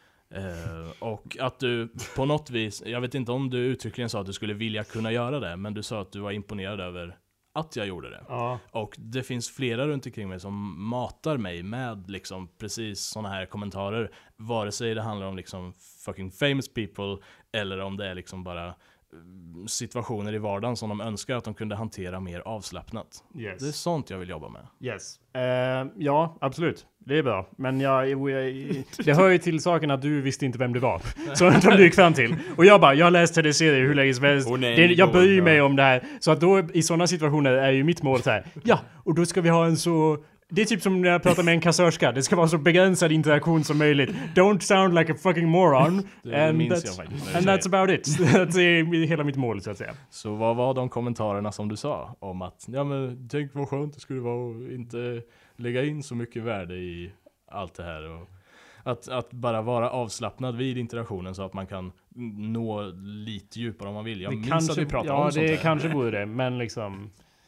Eh, och att du på något vis, jag vet inte om du uttryckligen sa att du skulle vilja kunna göra det, men du sa att du var imponerad över att jag gjorde det. Ja. Och det finns flera runt omkring mig som matar mig med liksom precis såna här kommentarer, vare sig det handlar om liksom fucking famous people eller om det är liksom bara mm, situationer i vardagen som de önskar att de kunde hantera mer avslappnat. Yes. Det är sånt jag vill jobba med. Yes. Eh, ja, absolut. Det är bra. Men jag, jag, jag, det hör ju till saken att du visste inte vem det var. Så de du gick fram till. Och jag bara, jag har läst tv-serier hur länge som helst. Åh, nej, det, jag då, bryr ja. mig om det här. Så att då i sådana situationer är ju mitt mål så här. Ja, och då ska vi ha en så... Det är typ som när jag pratar med en kassörska. Det ska vara så begränsad interaktion som möjligt. Don't sound like a fucking moron. Det and minns that's, jag faktiskt när du and säger. that's about it. Det är hela mitt mål så att säga. Så vad var de kommentarerna som du sa om att, ja men tänk vad skönt det skulle vara att inte lägga in så mycket värde i allt det här och att, att bara vara avslappnad vid interaktionen så att man kan nå lite djupare om man vill. Jag Det minns kanske, att vi pratade ja, om sånt det här. kanske vore det, men liksom...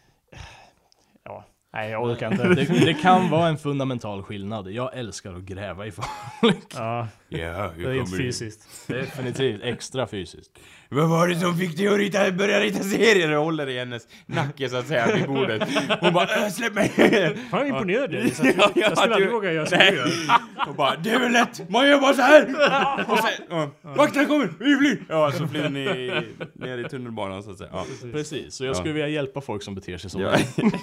Ja, nej jag orkar inte. Det, det kan vara en fundamental skillnad. Jag älskar att gräva i folk. Ja, Ja, det är inte fysiskt. Definitivt extra fysiskt. Vad var det som fick dig att rita, börja rita serier? Och håller i hennes nacke så att säga vid bordet. Hon bara, äh, släpp mig! Fan imponerad dig. Så Ja, jag, ja, jag skulle aldrig du- våga göra så Nej. du gör. Och bara, det är väl lätt! Man gör bara så här! Och sen, ja, vakterna kommer! Vi flyr! Ja, så flyr ni ner i tunnelbanan så att säga. Ja. Precis, så jag Ja. skulle vilja hjälpa folk som beter sig så. Ja.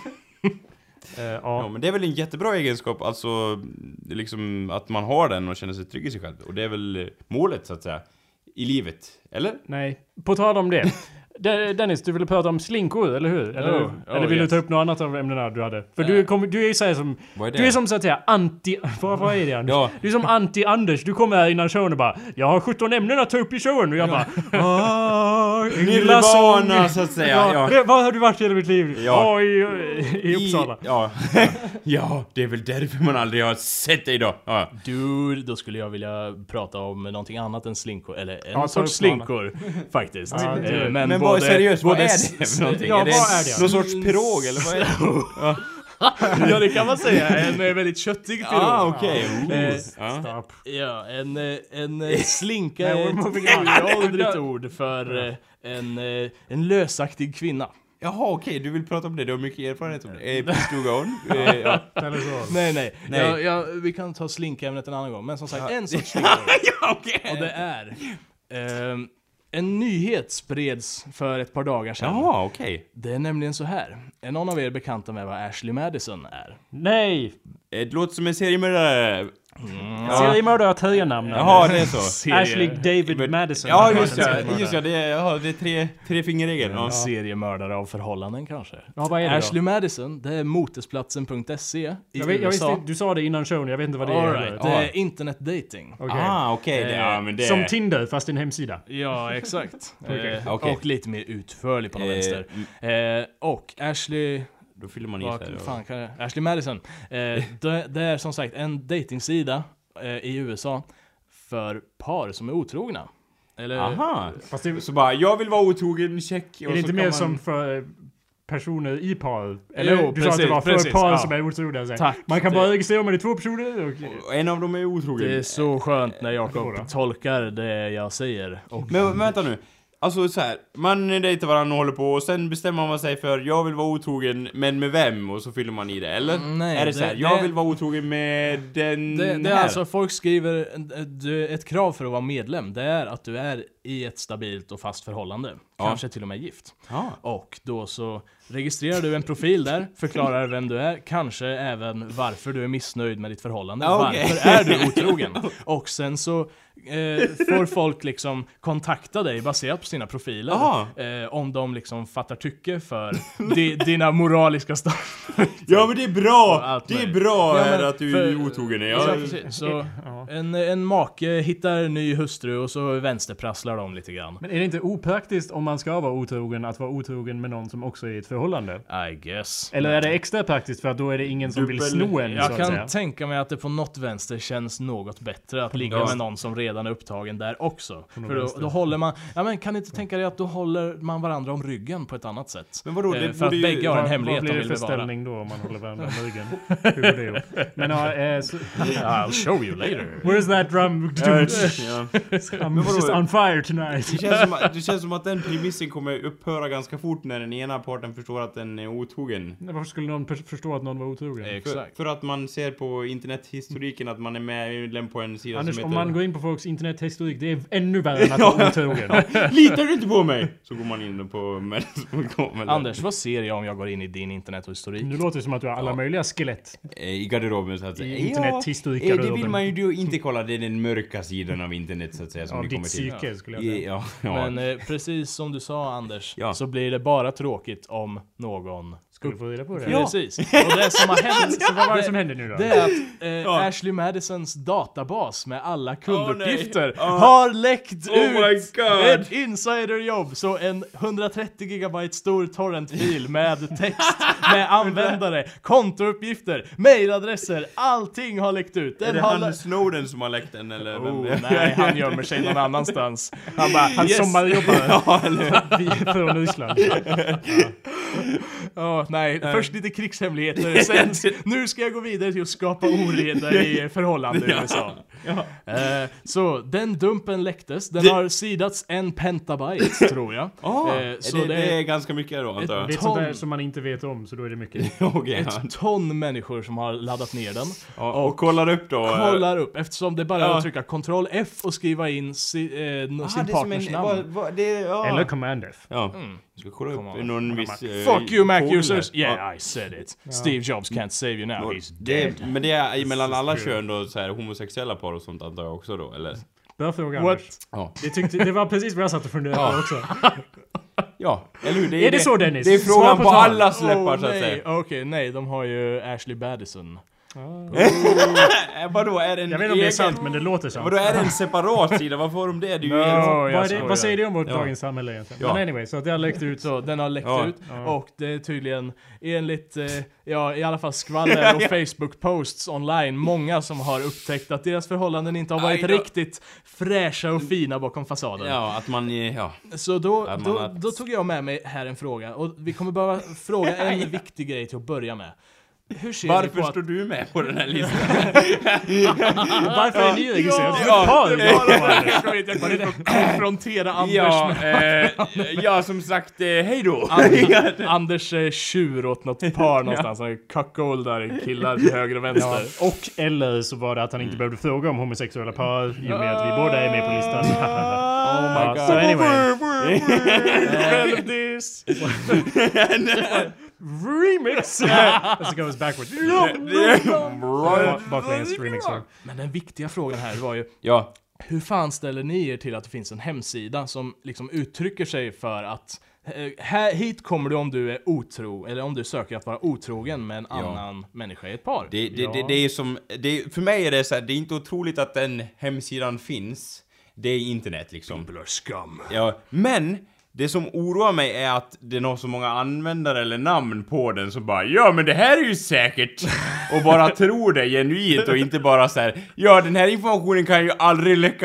Eh, Ja, ja. men det är väl en jättebra egenskap, alltså liksom att man har den och känner sig trygg i sig själv. Och det är väl målet så att säga, i livet, eller? Nej, på tal om det. De- Dennis, du ville prata om slinkor, eller hur? Eller, Oh, oh, eller vill yes. du ta upp något annat av ämnena du hade? För Ja. du, kom, du är ju såhär som... Vad är det? Du är som så att säga anti... Vad, vad är det Anders? Ja. Du är som anti-Anders. Du kommer här innan showen och bara jag har sjutton ämnen att ta upp i showen. Och jag bara... "Ah, Ingela sång." Nirvana så att säga, Ja, ja. det, var har du varit hela mitt liv? Ja. Ja, i, i Uppsala. I, ja. Ja, det är väl därför man aldrig har sett dig då. Ja. Dude, då skulle jag vilja prata om någonting annat än slinkor, eller en Ja, ta sorts upp något annat. slinkor faktiskt. Ja, Eh, det- Men, vad seriöst, vad är det för någonting? Ja, är det vad är det? någon sorts pirog eller vad är det? Ja, det kan man säga. En eh, väldigt köttig pirog. Ah, okej. Eh, Oh. Ja. Stopp. Ja, en, eh, en eh, slinka Nej, är we're ett moving on. uråldrigt ord för eh, en, eh, en lösaktig kvinna. Jaha, okej, du vill prata om det, du har mycket erfarenhet om det. Eh, please do go on. Eh, ja. Tell us all. Nej, nej. Nej. Ja, ja, vi kan ta slinkämnet en annan gång. Men som sagt, en sorts slinkor. Ja, okej. Och det är... ehm, en nyhet spreds för ett par dagar sedan. Jaha, okej. Det är nämligen så här. Är någon av er bekanta med vad Ashley Madison är? Nej! Eh, Det låter som en seriemördare. Ja. Seriemördare har tre namn. Jaha, det är så. Serie- Ashley David Men- Madison. Ja, just det. Just ja, det är, ja, det är tre, tre fingerregeln. Ja. Seriemördare av förhållanden kanske. Ja, vad är det Ashley då? Madison, det är motesplatsen punkt se i Jag, vet, jag U S A. visste, du sa det innan showen, jag vet inte vad det All är. right, det eller? är internetdating. Okej. Ah, okej. det- Ja, men det... Som Tinder, fast en hemsida. Ja, exakt. eh, Okej. Och lite mer utförlig på något Eh, vänster. Eh, och Ashley... Då fyller man i Vad sig. då. fan kan jag... Ashley Madison. Eh, det, det är som sagt en datingsida eh, i U S A för par som är otrogna. Eller... Aha. Fast det, Så bara, jag vill vara otrogen, check. är det inte mer som för eh, personer i par? Jo, du sa att precis, det var för precis, par ja. som är otrogna. så. Tack. Man kan Det- bara registrera om man är två personer. Och, Och en av dem är otrogen. Det är så skönt när Jag förstår Jakob det. tolkar det jag säger. Och Men, men vänta nu. Alltså så här, man dejtar varandra och håller på och sen bestämmer man sig för jag vill vara otrogen, men med vem? Och så fyller man i det, eller? Mm, nej, är det, så här, det- jag det- vill vara otrogen med den Det, det är här? alltså, folk skriver ett, ett krav för att vara medlem. Det är att du är i ett stabilt och fast förhållande. Ja. Kanske till och med gift. Ja. Och då så registrerar du en profil där, förklarar vem du är, kanske även varför du är missnöjd med ditt förhållande. Ja, okej. Varför är du otrogen? Och sen så eh, får folk liksom kontakta dig baserat på sina profiler. Aha. Eh, om de liksom fattar tycke för di, dina moraliska ståndpunkter. Ja men det är Och bra! allt Det är möjligt. bra Ja, är men att du för- är otrogen. Ja, Ja, precis. Så Ja. en, en make hittar ny hustru och så vänsterprasslar de lite grann. Men är det inte opraktiskt om man ska vara otrogen att vara otrogen med någon som också är i ett förhållande? I guess. Eller är det extra praktiskt för att då är det ingen som vill Dubbel- sno en, så Jag att kan säga? tänka mig att det på något vänster känns något bättre att ligga Ja. med någon som redan är upptagen där också. något För då, vänster. då håller man, ja men kan du inte tänka dig att då håller man varandra om ryggen på ett annat sätt? Men vadå, det Eh, för att borde ju- bägge har en Vad, hemlighet vad blir de det vill för bevara. ställning då om man håller varandra om ryggen? Hur går det ihop? Men ja, eh, så, I'll show you later. where's that drum dude? ja. I'm vadå? just on fire tonight. Det känns, som att, det känns som att den premissen kommer upphöra ganska fort när den ena parten förstår att den är otrogen. Varför skulle någon pers- förstå att någon var otrogen? För, Exakt. för att man ser på internethistoriken att man är medlem på en sida Anders, som om heter... man går in på folks internethistorik, det är ännu värre än att vara otrogen. Litar du inte på mig? Så går man in på mens punkt com eller- Anders, vad ser jag om jag går in i din internethistorik? Nu låter det som att du har alla Ja. möjliga skelett Eh, I garderoben så att säga. i internethistorik. Ja, eh, det vill man ju då inte kolla, det är den mörka sidan av internet så att säga som Av ni ditt kommer till. psyke skulle jag säga. I- Ja, ja. Men eh, precis som du sa Anders, Ja. så blir det bara tråkigt om någon... Skulle du få reda på det? Ja. Precis. Och det som har hänt... Så vad var det det- som hände nu då? Det är att eh, Ja. Ashley Madisons databas med alla kunduppgifter Åh, nej. har läckt Oh my ut God. ett insiderjobb. Så en hundratrettio gigabyte stor torrentfil med text, med användare, kontouppgifter, mailadresser, allting har läckt ut. Är Den det har han Snowden som har läckt den eller? vem Oh, det är? nej, han gömmer sig någon annanstans. Han bara, Han yes. sommarjobbare Ja, eller? vi- från Ryssland. Ja, nej, först lite krigshemligheter, sen nu ska jag gå vidare till att skapa oreda i förhållande i U S A. Eh, så den dumpen läcktes, den Det- har sidats en pentabyte tror jag. Ah, Eh, så det, det det är är ganska mycket då antar Det jag. är sånt där Tom. som man inte vet om, så då är det mycket. Okej, ja. ett ton människor som har laddat ner den. Ja, och kollar upp då. eh, Kollar upp, eftersom det bara är Ja. att trycka kontroll F och skriva in si, eh, no- aha, sin det är som partners en, namn. vad, vad, det, ja. Eller Command F. Ja, Mm. jag ska kolla Come upp on. någon Come viss... on. eh, Fuck you Mac fågel users! där. Yeah, I said it. Steve Jobs can't save you now, Ja. he's Det, dead. men det är mellan alla kön då, så här homosexuella par och sånt antar jag också då, eller? Bra fråga, What? Anders. Ja. Det, tyckte, det var precis vad jag satt och funderade på också. Ja, eller hur? Är det så, Dennis? Det är Svar frågan på på, tal. allas läppar Oh, så att nej. säga. Okej, nej, de har ju Ashley Madison. Eh, Vadå, är det en Jag vet inte om det är egen... sant, men det låter sant. Vadå, är det en separat sida? Varför har de det? Det är ju No. en... Vad, är jag det, skojar. vad säger det om vårt Ja. dagens samhälle egentligen? Ja. Men anyway, så att det har läckt ut. Så den har läckt Ja. ut Ja. och det är tydligen enligt, eh, ja i alla fall skvaller och Facebook-posts online, många som har upptäckt att deras förhållanden inte har varit Aj då. riktigt fräscha och fina bakom fasaden. Ja, att man... eh, Ja. Så då, Att man då, har- då tog jag med mig här en fråga, och vi kommer behöva fråga en viktig grej till att börja med. Hur ser ni Varför på att... står du med på den här listan? Varför är ni registrerade? Ja, Ja, det ja, Jag vet, jag kommer inte konfrontera Anders Ja, med eh, ja, som sagt, eh, hej då! An- Anders är tjur åt något par någonstans. Han cuckoldar killar till höger och vänster. Ja, och eller så var det att han inte behövde fråga om homosexuella par i och med att vi båda är med på listan. Oh my Ja, god. så anyway. Well, this. remix! As it goes backwards. Baklänges remix. Men den viktiga frågan här var ju, Ja. hur fan ställer ni er till att det finns en hemsida som liksom uttrycker sig för att eh, här, hit kommer du om du är otro, eller om du söker att vara otrogen med en Ja. annan människa i ett par? Det, det, Ja. det, det är som, det, för mig är det så här, det är inte otroligt att den hemsidan finns. Det är internet liksom. Skam. Ja, men det som oroar mig är att det är så många användare eller namn på den som bara ja men det här är ju säkert och bara tror det genuint och inte bara så här ja den här informationen kan ju aldrig läcka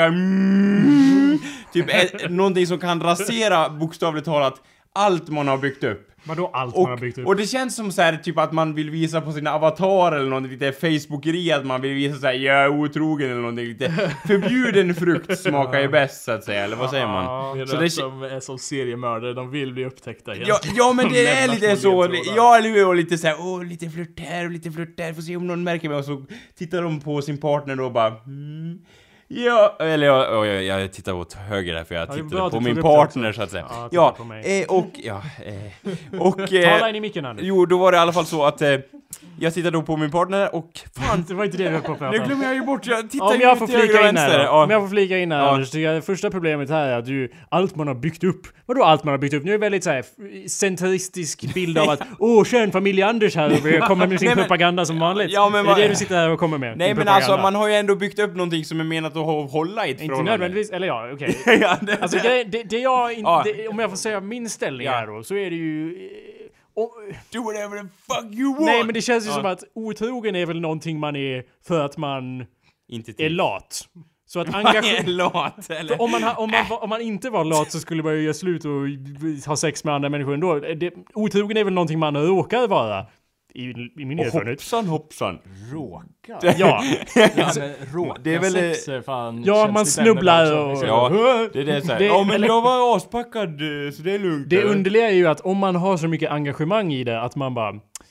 mm. typ är, någonting som kan rasera bokstavligt talat allt man har byggt upp. Vadå allt Och, man har byggt upp? och det känns som så här typ att man vill visa på sina avatar eller något lite Facebookeri att man vill visa så här jag är otrogen eller någonting lite förbjuden frukt smakar ju bäst så att säga eller vad säger man? Det är Så så det- som är som seriemördare, de vill bli upptäckta igen. Ja, ja men det är Lämna lite små så, ledtrådar. ja eller hur, och lite såhär, åh lite flört här och lite flört där, får se om någon märker mig och så tittar de på sin partner då och bara mm, ja, eller jag, jag, jag tittar åt höger där för jag det är bra tittade att på du min tog upp det partner också. så att säga. Ja, Ja, titta på mig. eh, och, ja, eh, och eh, Tala in i micken, Anders. jo då var det i alla fall så att eh, jag tittade då på min partner och fan, Det var inte det vi höll på att prata nu om. glömmer jag ju bort, jag tittar Om ju jag får till höger och flika in vänster. här då. Ja. Om jag får flika in här, Ja. Anders, tycker jag det första problemet här är att ju, allt man har byggt upp. Vadå allt man har byggt upp? Nu är det väldigt så här f- centristisk bild av att åh, kärnfamilj Anders här och kommer med sin Nej, men- propaganda som vanligt. Ja, men är det vad- det du sitter här och kommer med? Nej Din men propaganda? alltså man har ju ändå byggt upp någonting som är menat att hå- hålla i ett Inte förhållande. nödvändigtvis, eller ja, okej. ja, det, Alltså det, det, det jag in, Ja. det, om jag får säga min ställning Ja. här då, så är det ju... eh, och, do whatever the fuck you want! nej men det känns ju Ja. som att otrogen är väl någonting man är för att man Inte är till. lat. Så att Man är engagera... lat, eller? Om man, ha, om, man, var- om man inte var lat så skulle man ju göra slut och ha sex med andra människor ändå. Det, otrogen är väl någonting man råkar vara. I, i min Och erfarenhet. hoppsan hoppsan. Råka? Ja. Ja, men råka Det är väl, sex är fan Ja, känsligt man ämne snubblar där och- också. Ja, det är det såhär. Det- Ja men eller- jag var aspackad så det är lugnt. Det eller? underliga är ju att om man har så mycket engagemang i det att man bara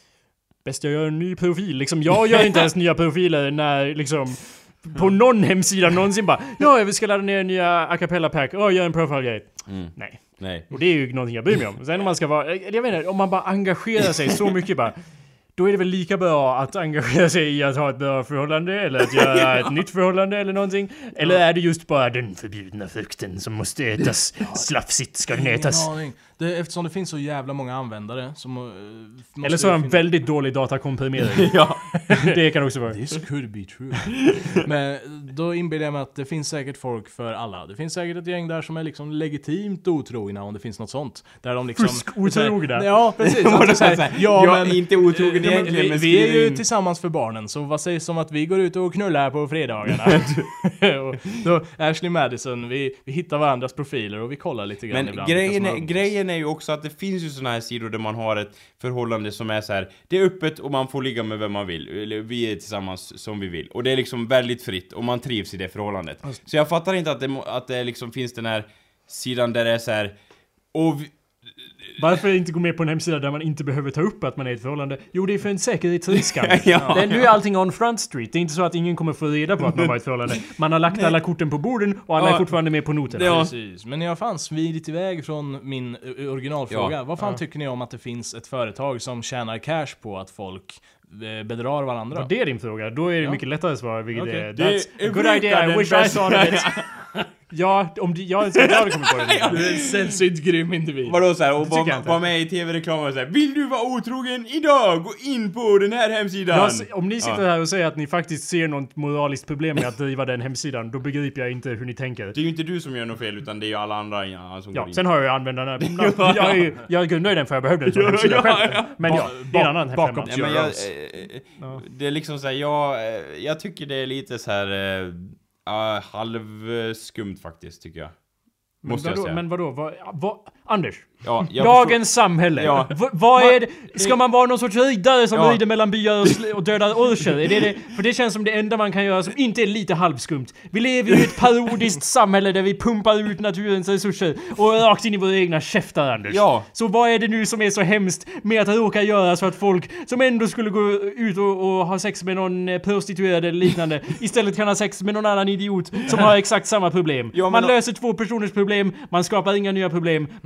bäst jag gör en ny profil. Liksom, jag gör inte ens nya profiler när liksom på någon hemsida någonsin bara ja, jag ska ladda ner nya a cappella pack och gör en profile-grej. Mm. Nej. Nej. Och det är ju någonting jag bryr mig om. Sen om man ska vara, jag vet inte, om man bara engagerar sig så mycket bara, då är det väl lika bra att engagera sig i att ha ett bra förhållande eller att göra ett nytt förhållande eller någonting. Eller är det just bara den förbjudna frukten som måste ätas slafsigt ska den ätas? Ingen aning. Det, eftersom det finns så jävla många användare som... Uh, måste Eller så har det en finnas- väldigt dålig datakomprimering. Ja. Det kan också vara. This could be true. Men då inbillar jag mig att det finns säkert folk för alla. Det finns säkert ett gäng där som är liksom legitimt otrogna om det finns något sånt. Där de liksom... Fusk-otrogna. Ja, precis. Var Att det det så här, så här, ja, jag men, är inte otrogen eh, egentligen, vi, men vi är skriv ju in. tillsammans för barnen, så vad sägs om att vi går ut och knullar på fredagarna? och då, Ashley Madison, vi, vi hittar varandras profiler och vi kollar lite grann Men ibland. vilka grejen som är, har umgåtts. grejen är ju också att det finns ju såna här sidor där man har ett förhållande som är så här. Det är öppet och man får ligga med vem man vill. Eller vi är tillsammans som vi vill. Och det är liksom väldigt fritt och man trivs i det förhållandet. Så jag fattar inte att det, må- att det liksom finns den här sidan där det är så här. Och vi, Varför inte gå med på en hemsida där man inte behöver ta upp att man är i ett förhållande? Jo, det är för en säkerhetsrisk. Ja. Den, nu är allting on front street. Det är inte så att ingen kommer få reda på att man var i ett förhållande. Man har lagt alla korten på borden och alla Ja. är fortfarande med på noterna. Ja. Precis, men jag har fan svidit iväg från min eh, originalfråga. Ja. Vad fan Ja. tycker ni om att det finns ett företag som tjänar cash på att folk eh, bedrar varandra? Och det är din fråga. Då är det Ja. mycket lättare att svara. Vilket Okej. är, Det that's är a good idea. I den wish I bästa- thought of it. Ja, om du, jag inte hade kommit på det. Du är en sällsynt grym individ. vadå så här, och Det tycker jag var, inte. var med i tv-reklamen och så här. Vill du vara otrogen idag? Gå in på den här hemsidan. Jag, s- om ni sitter Ja. här och säger att ni faktiskt ser något moraliskt problem med att driva den hemsidan, då begriper jag inte hur ni tänker. Det är ju inte du som gör något fel utan det är ju alla andra ja, som går Ja, in. sen har jag ju användarna. Jag är ju jag är nöjd den för jag behövde en sån hemsida själv. Men ja, det är en annan Bakom femma. Nej, men jag, Euros. eh, Ja. det är liksom såhär, jag, eh, jag tycker det är lite så här eh, uh, halvskumt faktiskt tycker jag. Men Måste jag vadå, säga. men vadå? Vad, vad, Anders, Ja, jag dagens samhälle. Ja. V- vad är det? Ska man vara någon sorts riddare som Ja. rider mellan byar och, sl- och dödar orcher? Är det det? För det känns som det enda man kan göra som inte är lite halvskumt. Vi lever ju i ett parodiskt samhälle där vi pumpar ut naturens resurser och rakt in i våra egna käftar, Anders. Ja. Så vad är det nu som är så hemskt med att råka göra så att folk som ändå skulle gå ut och, och ha sex med någon eh, prostituerad eller liknande istället kan ha sex med någon annan idiot som har exakt samma problem. Ja, men man då- löser två personers problem, man skapar inga nya problem, man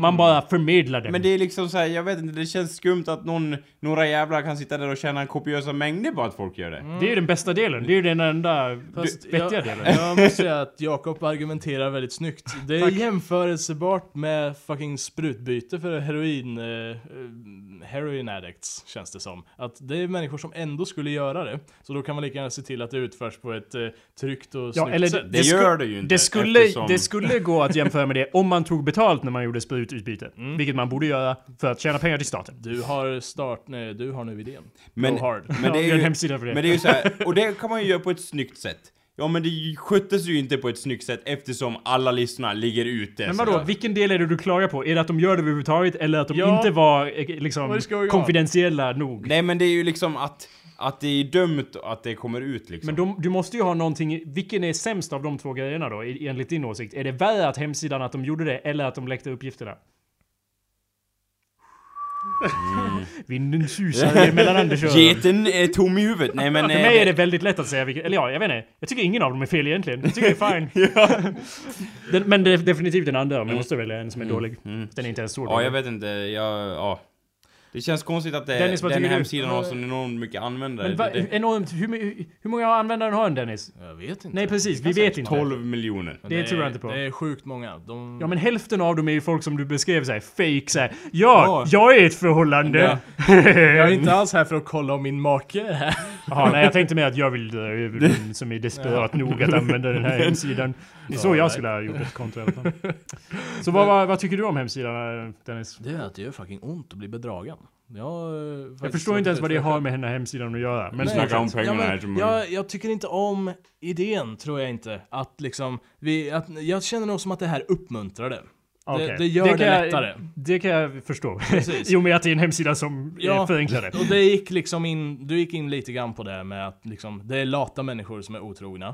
Man bara förmedlar den. Men det är liksom så här, jag vet inte, det känns skumt att någon, några jävlar kan sitta där och tjäna en kopiösa mängder på att folk gör det. Mm. Det är ju den bästa delen. Det är ju den enda Fast vettiga jag, delen. jag måste säga att Jakob argumenterar väldigt snyggt. Det är jämförelsebart med fucking sprutbyte för heroin uh, heroin addicts, känns det som. Att det är människor som ändå skulle göra det. Så då kan man lika gärna se till att det utförs på ett uh, tryggt och Ja, snyggt eller sätt. Det, det gör sku- det ju inte. Det skulle, eftersom- det skulle gå att jämföra med det om man tog betalt när man gjorde sprututbyte. Vilket man borde göra för att tjäna pengar till staten. Du har start, nej, du har nu idén. Men, Go hard. men det Ja, vi är har en ju, hemsida för det. men det är ju så här, och det kan man ju göra på ett snyggt sätt. Ja, men det sköttes ju inte på ett snyggt sätt eftersom alla lyssnare ligger ute. Men så vadå, där. vilken del är det du klagar på? Är det att de gör det överhuvudtaget eller att de Ja. inte var eh, liksom What is going on? konfidentiella nog? Nej, men det är ju liksom att, att det är dömt att det kommer ut liksom. Men de, du måste ju ha någonting, vilken är sämst av de två grejerna då, i- enligt din åsikt? Är det värre att hemsidan att de gjorde det eller att de läckte uppgifterna? Mm. Vinden susar mellan Anders och... Geten är tom i huvudet. Nej, men... För eh, mig är det väldigt lätt att säga vilket, eller ja, jag vet inte. Jag tycker ingen av dem är fel egentligen. Jag tycker det är fine. den, men det är definitivt den andra, om jag måste välja en som är dålig. mm. Den är inte ens så Ja, dålig. jag vet inte. Jag, ja. Det känns konstigt att det, Dennis, vad den tycker du? hemsidan har så enormt mycket användare. Men va, det, det, enormt, hur, my- hur många användare har den, Dennis? Jag vet inte. Nej, precis, Det kan vi vet säkert inte. vara. tolv miljoner. Men Det tror jag inte på. Det är sjukt många. De... Ja, men hälften av dem är ju folk som du beskrev såhär, fake såhär. Ja, Ja. jag är i ett förhållande. Ja. Jag är inte alls här för att kolla om min make är här. Jaha, nej, jag tänkte mer att jag vill dö över den som är desperat nog att använda den här hemsidan. Det är så jag skulle ha gjort ett konto i alla fall. Så vad, vad, vad tycker du om hemsidan, Dennis? Det är att det gör fucking ont att bli bedragen. Jag, Jag förstår inte ens vad det har med den här hemsidan att göra. Men Nej. snacka Snacka om om pengarna här som- jag, jag tycker inte om idén, tror jag inte. Att liksom, vi, att, jag känner nog som att det här uppmuntrar det. Okej. Det, det gör det, kan jag, lättare. Det kan jag förstå. Precis. I och med att det är en hemsida som Ja. är förenklade. Och det gick liksom in, du gick in lite grann på det med att liksom, det är lata människor som är otrogna.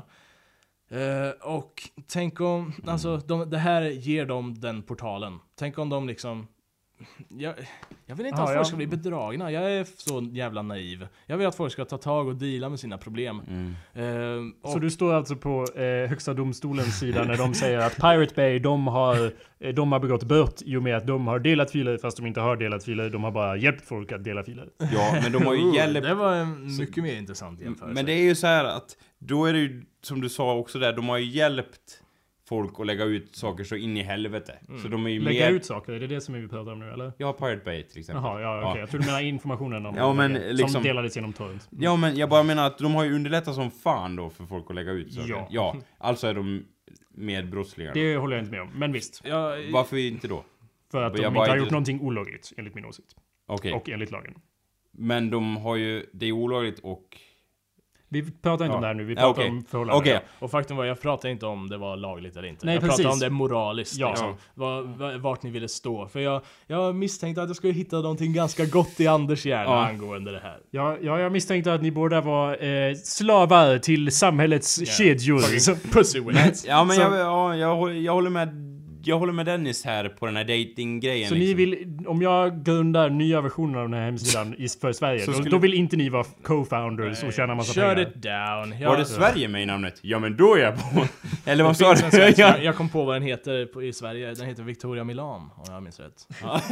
Eh, och tänk om, alltså de, det här ger dem den portalen. Tänk om de liksom, jag, jag vill inte Ja, att folk ja. ska bli bedragna. Jag är så jävla naiv. Jag vill att folk ska ta tag och deala med sina problem. Eh, och, Så du står alltså på eh, högsta domstolens sida när de säger att Pirate Bay, de har, eh, de har begått brott i och med att de har delat filer fast de inte har delat filer. De har bara hjälpt folk att dela filer. Ja, men de har ju hjälpt... det var en mycket mer intressant jämförelse. Men det är ju så här att då är det ju som du sa också där, de har ju hjälpt folk att lägga ut saker så in i helvete. Så de är ju Lägga mer... ut saker, är det det som vi pratar om nu eller? Ja, Pirate Bay till exempel. Jaha, ja okej. Jag tror du menar informationen om Ja, men som liksom- delades genom torrent. Ja, men jag bara menar att de har ju underlättat som fan då för folk att lägga ut saker. Ja. Ja, alltså är de medbrottslingar. Det håller jag inte med om, men visst. Ja, Varför inte då? För att de Jag inte bara har inte- gjort någonting olagligt, enligt min åsikt. Okej. Och enligt lagen. Men de har ju... Det är olagligt och... Vi pratar inte Ja. om det här nu, vi Ja, pratar okej. om förhållanden. Okej. Och faktum var, jag pratade inte om det var lagligt eller inte. Nej, jag precis. pratade om det moraliskt. Ja. Liksom. Var, var, vart ni ville stå. För jag, jag misstänkte att jag skulle hitta någonting ganska gott i Anders hjärna Ja. angående det här. Ja, ja, jag misstänkte att ni båda var eh, slavar till samhällets kedjor. Så, Pussy wings. Ja, men Så- jag, ja, jag, håller- jag håller med... Jag håller med Dennis här på den här dating-grejen. så ni liksom. vill, om jag grundar nya versioner av den här hemsidan i, för Sverige, Så då, skulle- då vill inte ni vara co-founders och tjäna massa Shut pengar. it down. Jag, Var det Sverige med i namnet? Ja, men då är jag på. Eller vad det sa finns en du? svensk- Ja. Jag kom på vad den heter på, i Sverige. Den heter Victoria Milan, om jag minns rätt.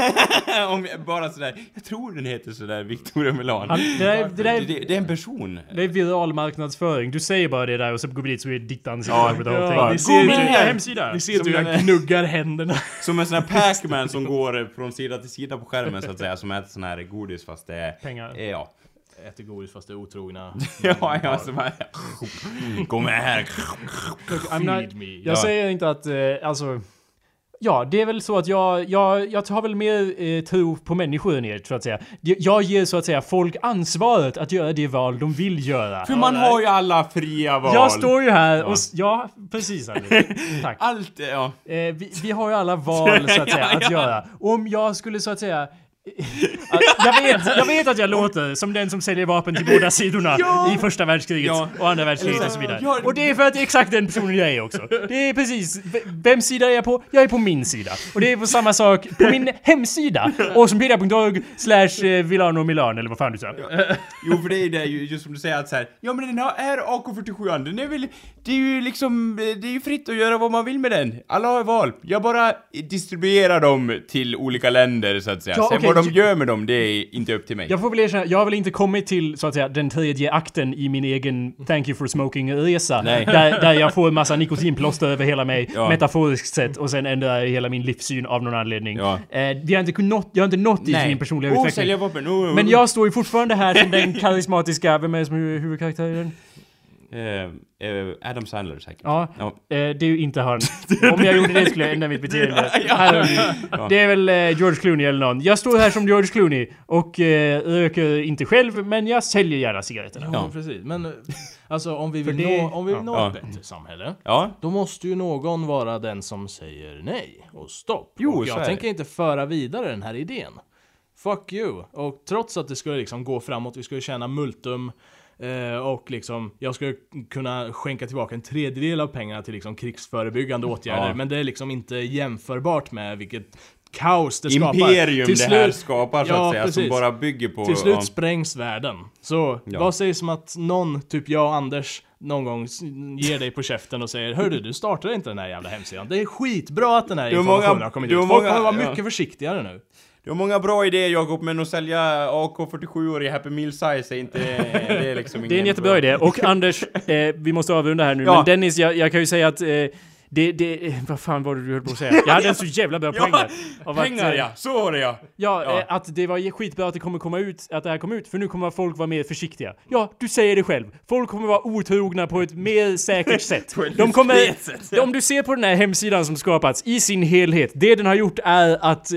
Om jag, bara sådär. Jag tror den heter sådär Victoria Milan. Han, det, där, det, Det, där, det, det är en person. det är viral marknadsföring. Du säger bara det där och så går vi dit så är ditt ansikte Ja, över det ja, allting. ni ser Min inte- nya hemsida! Ni ser hur Som jag den- gnuggar händerna. Som en sån här Pac-Man som går från sida till sida på skärmen så att säga. Som äter sån här godis fast det är... Pengar. eh, Ja. Äter godis fast det är otrogna. Ja, ja, som här. Kom med här. I'm not, Feed me. jag Ja. säger inte att, eh, alltså... Ja, det är väl så att jag, jag, jag har väl mer eh, tro på människor än er, så att säga. Jag jag ger så att säga folk ansvaret att göra det val de vill göra. För man har ju alla fria val. Jag står ju här och... s- Ja, precis Alex. Tack. Allt, ja. Eh, vi, vi har ju alla val så att säga Ja, att ja. göra. Om jag skulle så att säga jag, vet, jag vet att jag låter som den som säljer vapen till båda sidorna ja. i första världskriget ja. och andra världskriget och så vidare. Ja. Och det är för att det är exakt den personen jag är också. Det är precis, vem sida är jag på? Jag är på min sida. Och det är på samma sak på min hemsida. Awesomepedia punkt org slash Villano Milan eller vad fan du sa. Ja. Jo, för det är det just som du säger att så här, ja men den här A K fyrtiosju, den är väl, det är ju liksom, det är ju fritt att göra vad man vill med den. Alla har val. Jag bara distribuerar dem till olika länder så att säga. Ja, Sen okay. vad de gör med dem, det är inte upp till mig. Jag får väl erkänna, jag har väl inte kommit till så att säga den tredje akten i min egen Thank you for smoking-resa. Där, där jag får en massa nikotinplåster över hela mig, ja. metaforiskt sett, och sen ändrar hela min livssyn av någon anledning. Ja. Eh, vi har inte nått, jag har inte nått i min personliga oh, utveckling. Vapen. Oh, oh. Men jag står ju fortfarande här som den karismatiska, vem är det som är huvudkaraktären? Uh, uh, Adam Sandler säkert. Ja, ja. Uh, det är ju inte han. Om jag gjorde det skulle jag ändra mitt beteende. ja, ja. Det är väl uh, George Clooney eller någon. Jag står här som George Clooney och uh, röker inte själv, men jag säljer gärna cigaretterna. Ja, precis. Men alltså om vi vill det, nå, om vi vill ja. nå ja. ett bättre samhälle, ja. då måste ju någon vara den som säger nej och stopp. Jo, och jag tänker inte föra vidare den här idén. Fuck you. Och trots att det skulle liksom gå framåt, vi skulle tjäna multum. Uh, och liksom, jag skulle kunna skänka tillbaka en tredjedel av pengarna till liksom krigsförebyggande åtgärder, ja. men det är liksom inte jämförbart med vilket kaos det skapar. Imperium till slut, det här skapar så ja, att säga, precis. Som bara bygger på... Till slut ja. sprängs världen. Så ja. vad sägs om att någon, typ jag och Anders, någon gång ger dig på käften och säger hörru, du startar inte den här jävla hemsidan. Det är skitbra att den här informationen många, har kommit ut. Folk många, kommer vara ja. mycket försiktigare nu. Du har många bra idéer, Jakob, men att sälja A K fyrtiosju i Happy Meal size är inte... Det är liksom ingen det är en jättebra bra. idé. Och Anders, eh, vi måste avrunda här nu. Ja. Men Dennis, jag, jag kan ju säga att... Eh, Det, det, vad fan var det du höll på att säga? Jag hade en så jävla bra poäng där. Ja, pengar att, ja, så var det ja. Ja, ja. Eh, att det var skitbra att det kommer komma ut, att det här kommer ut, för nu kommer folk vara mer försiktiga. Ja, du säger det själv. Folk kommer vara otrogna på ett mer säkert sätt. De kommer, om du ser på den här hemsidan som skapats i sin helhet, det den har gjort är att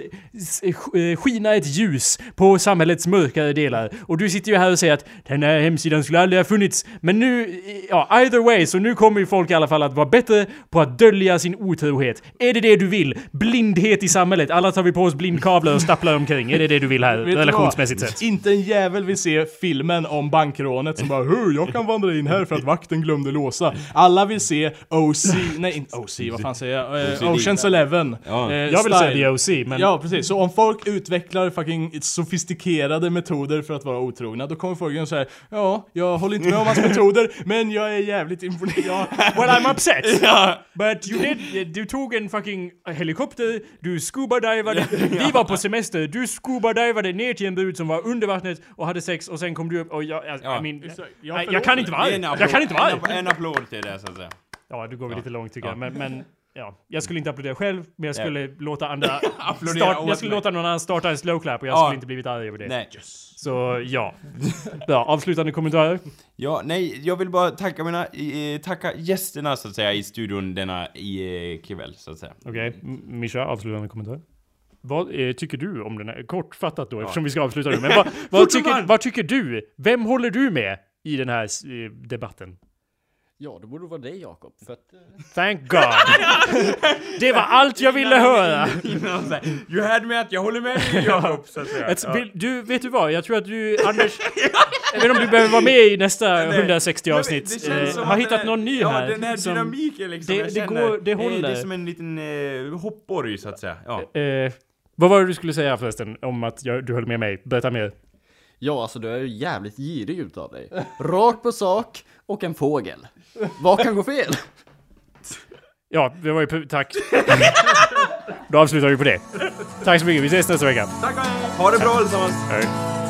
skina ett ljus på samhällets mörkare delar. Och du sitter ju här och säger att den här hemsidan skulle aldrig ha funnits. Men nu, ja, either way, så nu kommer ju folk i alla fall att vara bättre på att dölja sin otrohet. Är det det du vill? Blindhet i samhället. Alla tar vi på oss blindkablar och stapplar omkring. Är det det du vill här? Relationsmässigt sett. Inte en jävel vill se filmen om bankrånet som bara hur jag kan vandra in här för att vakten glömde låsa. Alla vill se O C. Nej, inte O C. Vad fan säger jag? Uh, Ocean's Eleven. Ja. Uh, jag vill säga The O C. Men... Ja, precis. Så om folk utvecklar fucking sofistikerade metoder för att vara otrogna, då kommer folk att säga ja, jag håller inte med om hans metoder, men jag är jävligt imponerad. Well, I'm upset. Ja. But you did, du tog en fucking helikopter, du scuba-divade, vi var på semester, du scuba-divade ner till en brud som var under vattnet och hade sex och sen kom du upp och jag, jag, ja. I mean, jag, jag, jag kan inte vara arg. Jag kan inte vara arg. En, en applåd till det så att säga. Ja, du går väl ja. lite långt tycker ja. jag, men, men ja, jag skulle inte applådera själv, men jag skulle ja. låta andra start, jag skulle låta någon annan starta en slow clap och jag ja. skulle inte blivit arg över det. Nej. Yes. Så ja. Bra, avslutande kommentarer. Ja, nej, jag vill bara tacka mina eh, tacka gästerna så att säga i studion denna i eh, kväll så att säga. Okej, okay. Mischa, avslutande kommentar. Vad eh, tycker du om den här kortfattat då, ja. eftersom vi ska avsluta nu, men vad, vad, tycker, vad tycker du? Vem håller du med i den här eh, debatten? Ja, det borde vara dig, Jakob. För att... Thank God. Det var allt jag ville höra. You had me att jag håller med dig, Jakob. Så att säga. Ett, ja. Du, vet du vad? Jag tror att du, Anders... Jag vet inte om du behöver vara med i nästa hundrasextio avsnitt. Eh, har hittat någon ny ja, här. Ja, den här som, dynamiken liksom. Det, det, går, det håller. Det är som en liten eh, hoppborg, så att säga. Ja. Eh, vad var det du skulle säga förresten om att jag, du höll med mig? Berätta mer. Ja, alltså du är ju jävligt girig utav dig. Rakt på sak och en fågel. Vad kan gå fel? Ja, det var ju... Tack. Då avslutar vi på det. Tack så mycket. Vi ses nästa vecka. Tack. Ha det bra allesammans. Hej.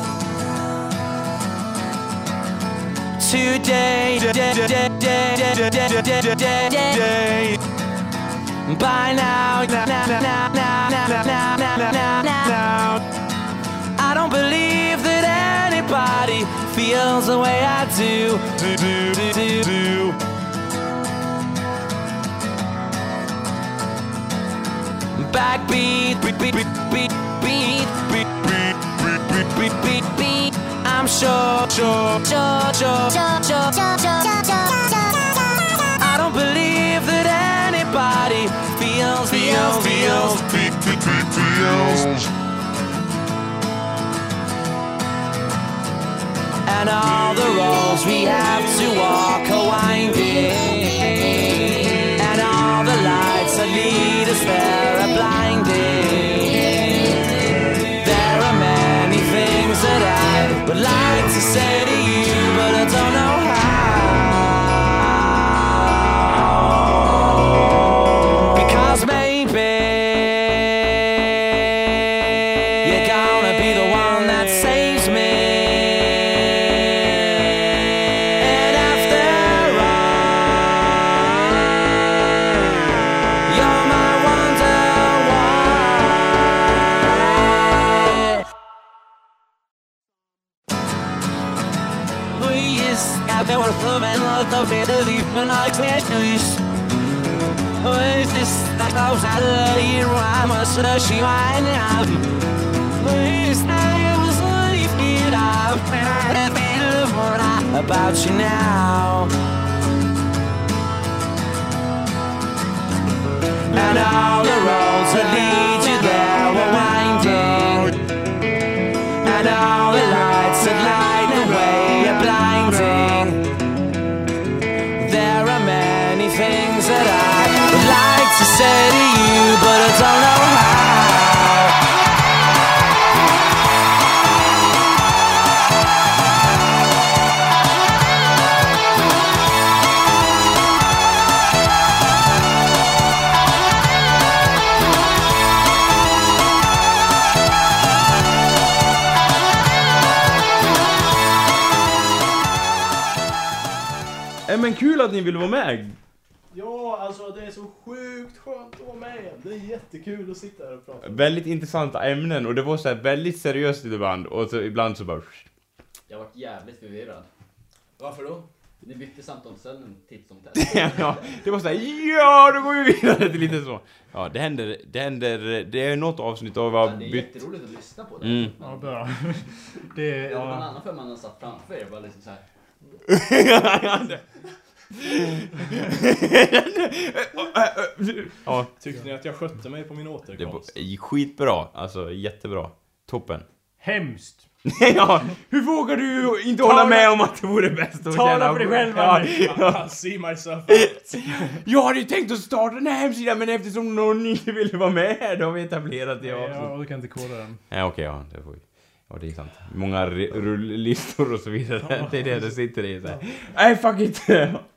Today, by now, I don't believe that anybody feels the way I do. do, do, do, do. Backbeat, beat, beat, beat, beat, beat, beat, beat, beat, beat, beat, beat. I'm sure, sure, sure, sure, sure, sure, sure, sure. I don't believe that anybody feels, feels, feels, feels, feels. And all the roads we have to walk are winding, and all the lights that lead us there are blinding. There are many things that I would like to say to you, but I don't know how. Because maybe you're gonna be the one that saves me. And after all, you're my wonder why. We used to have been worth of and loved of it, even I can't lose. Is this that goes out of the year? I must have she might have. Is that it was only feet up and I about you now. And all the roads that lead you there were winding, and all the lights that light the way are blinding. There are many things that I would like to say to you, but I don't know how. Äh, men kul att ni ville vara med. Ja, alltså det är så sjukt skönt att vara med igen. Det är jättekul att sitta här och prata. Väldigt intressanta ämnen och det var så här väldigt seriöst ibland och så ibland så bara... Jag var jävligt förvirrad. Varför då? Ni bytte samtalsämnen titt som tätt. Ja, det var så här, ja, då går vi vidare till lite så. Ja, det händer, det händer, det är något avsnitt av Ja, vad det är bytt. jätteroligt att lyssna på det. Mm. Ja, bra. Det är... Det var en Ja. annan för man har satt framför er. Bara liksom så här. Ja, Tyckte ni att jag skötte mig på min det återkomst? var skitbra, alltså jättebra. Toppen. Hemskt. Ja, hur vågar du inte hålla med om att det vore bäst att Tala tjäna- för dig själv, Ja, Manny. ja. See myself out. Jag hade ju tänkt att starta den här hemsidan, men eftersom någon inte ville vara med här, då har vi etablerat det. Jag Ja, orkar inte koda den. ja okej, ja, det får vi. Ja, det är sant. Många re- rulllistor och så vidare. Det är det det sitter i så här. Nej, fuck it.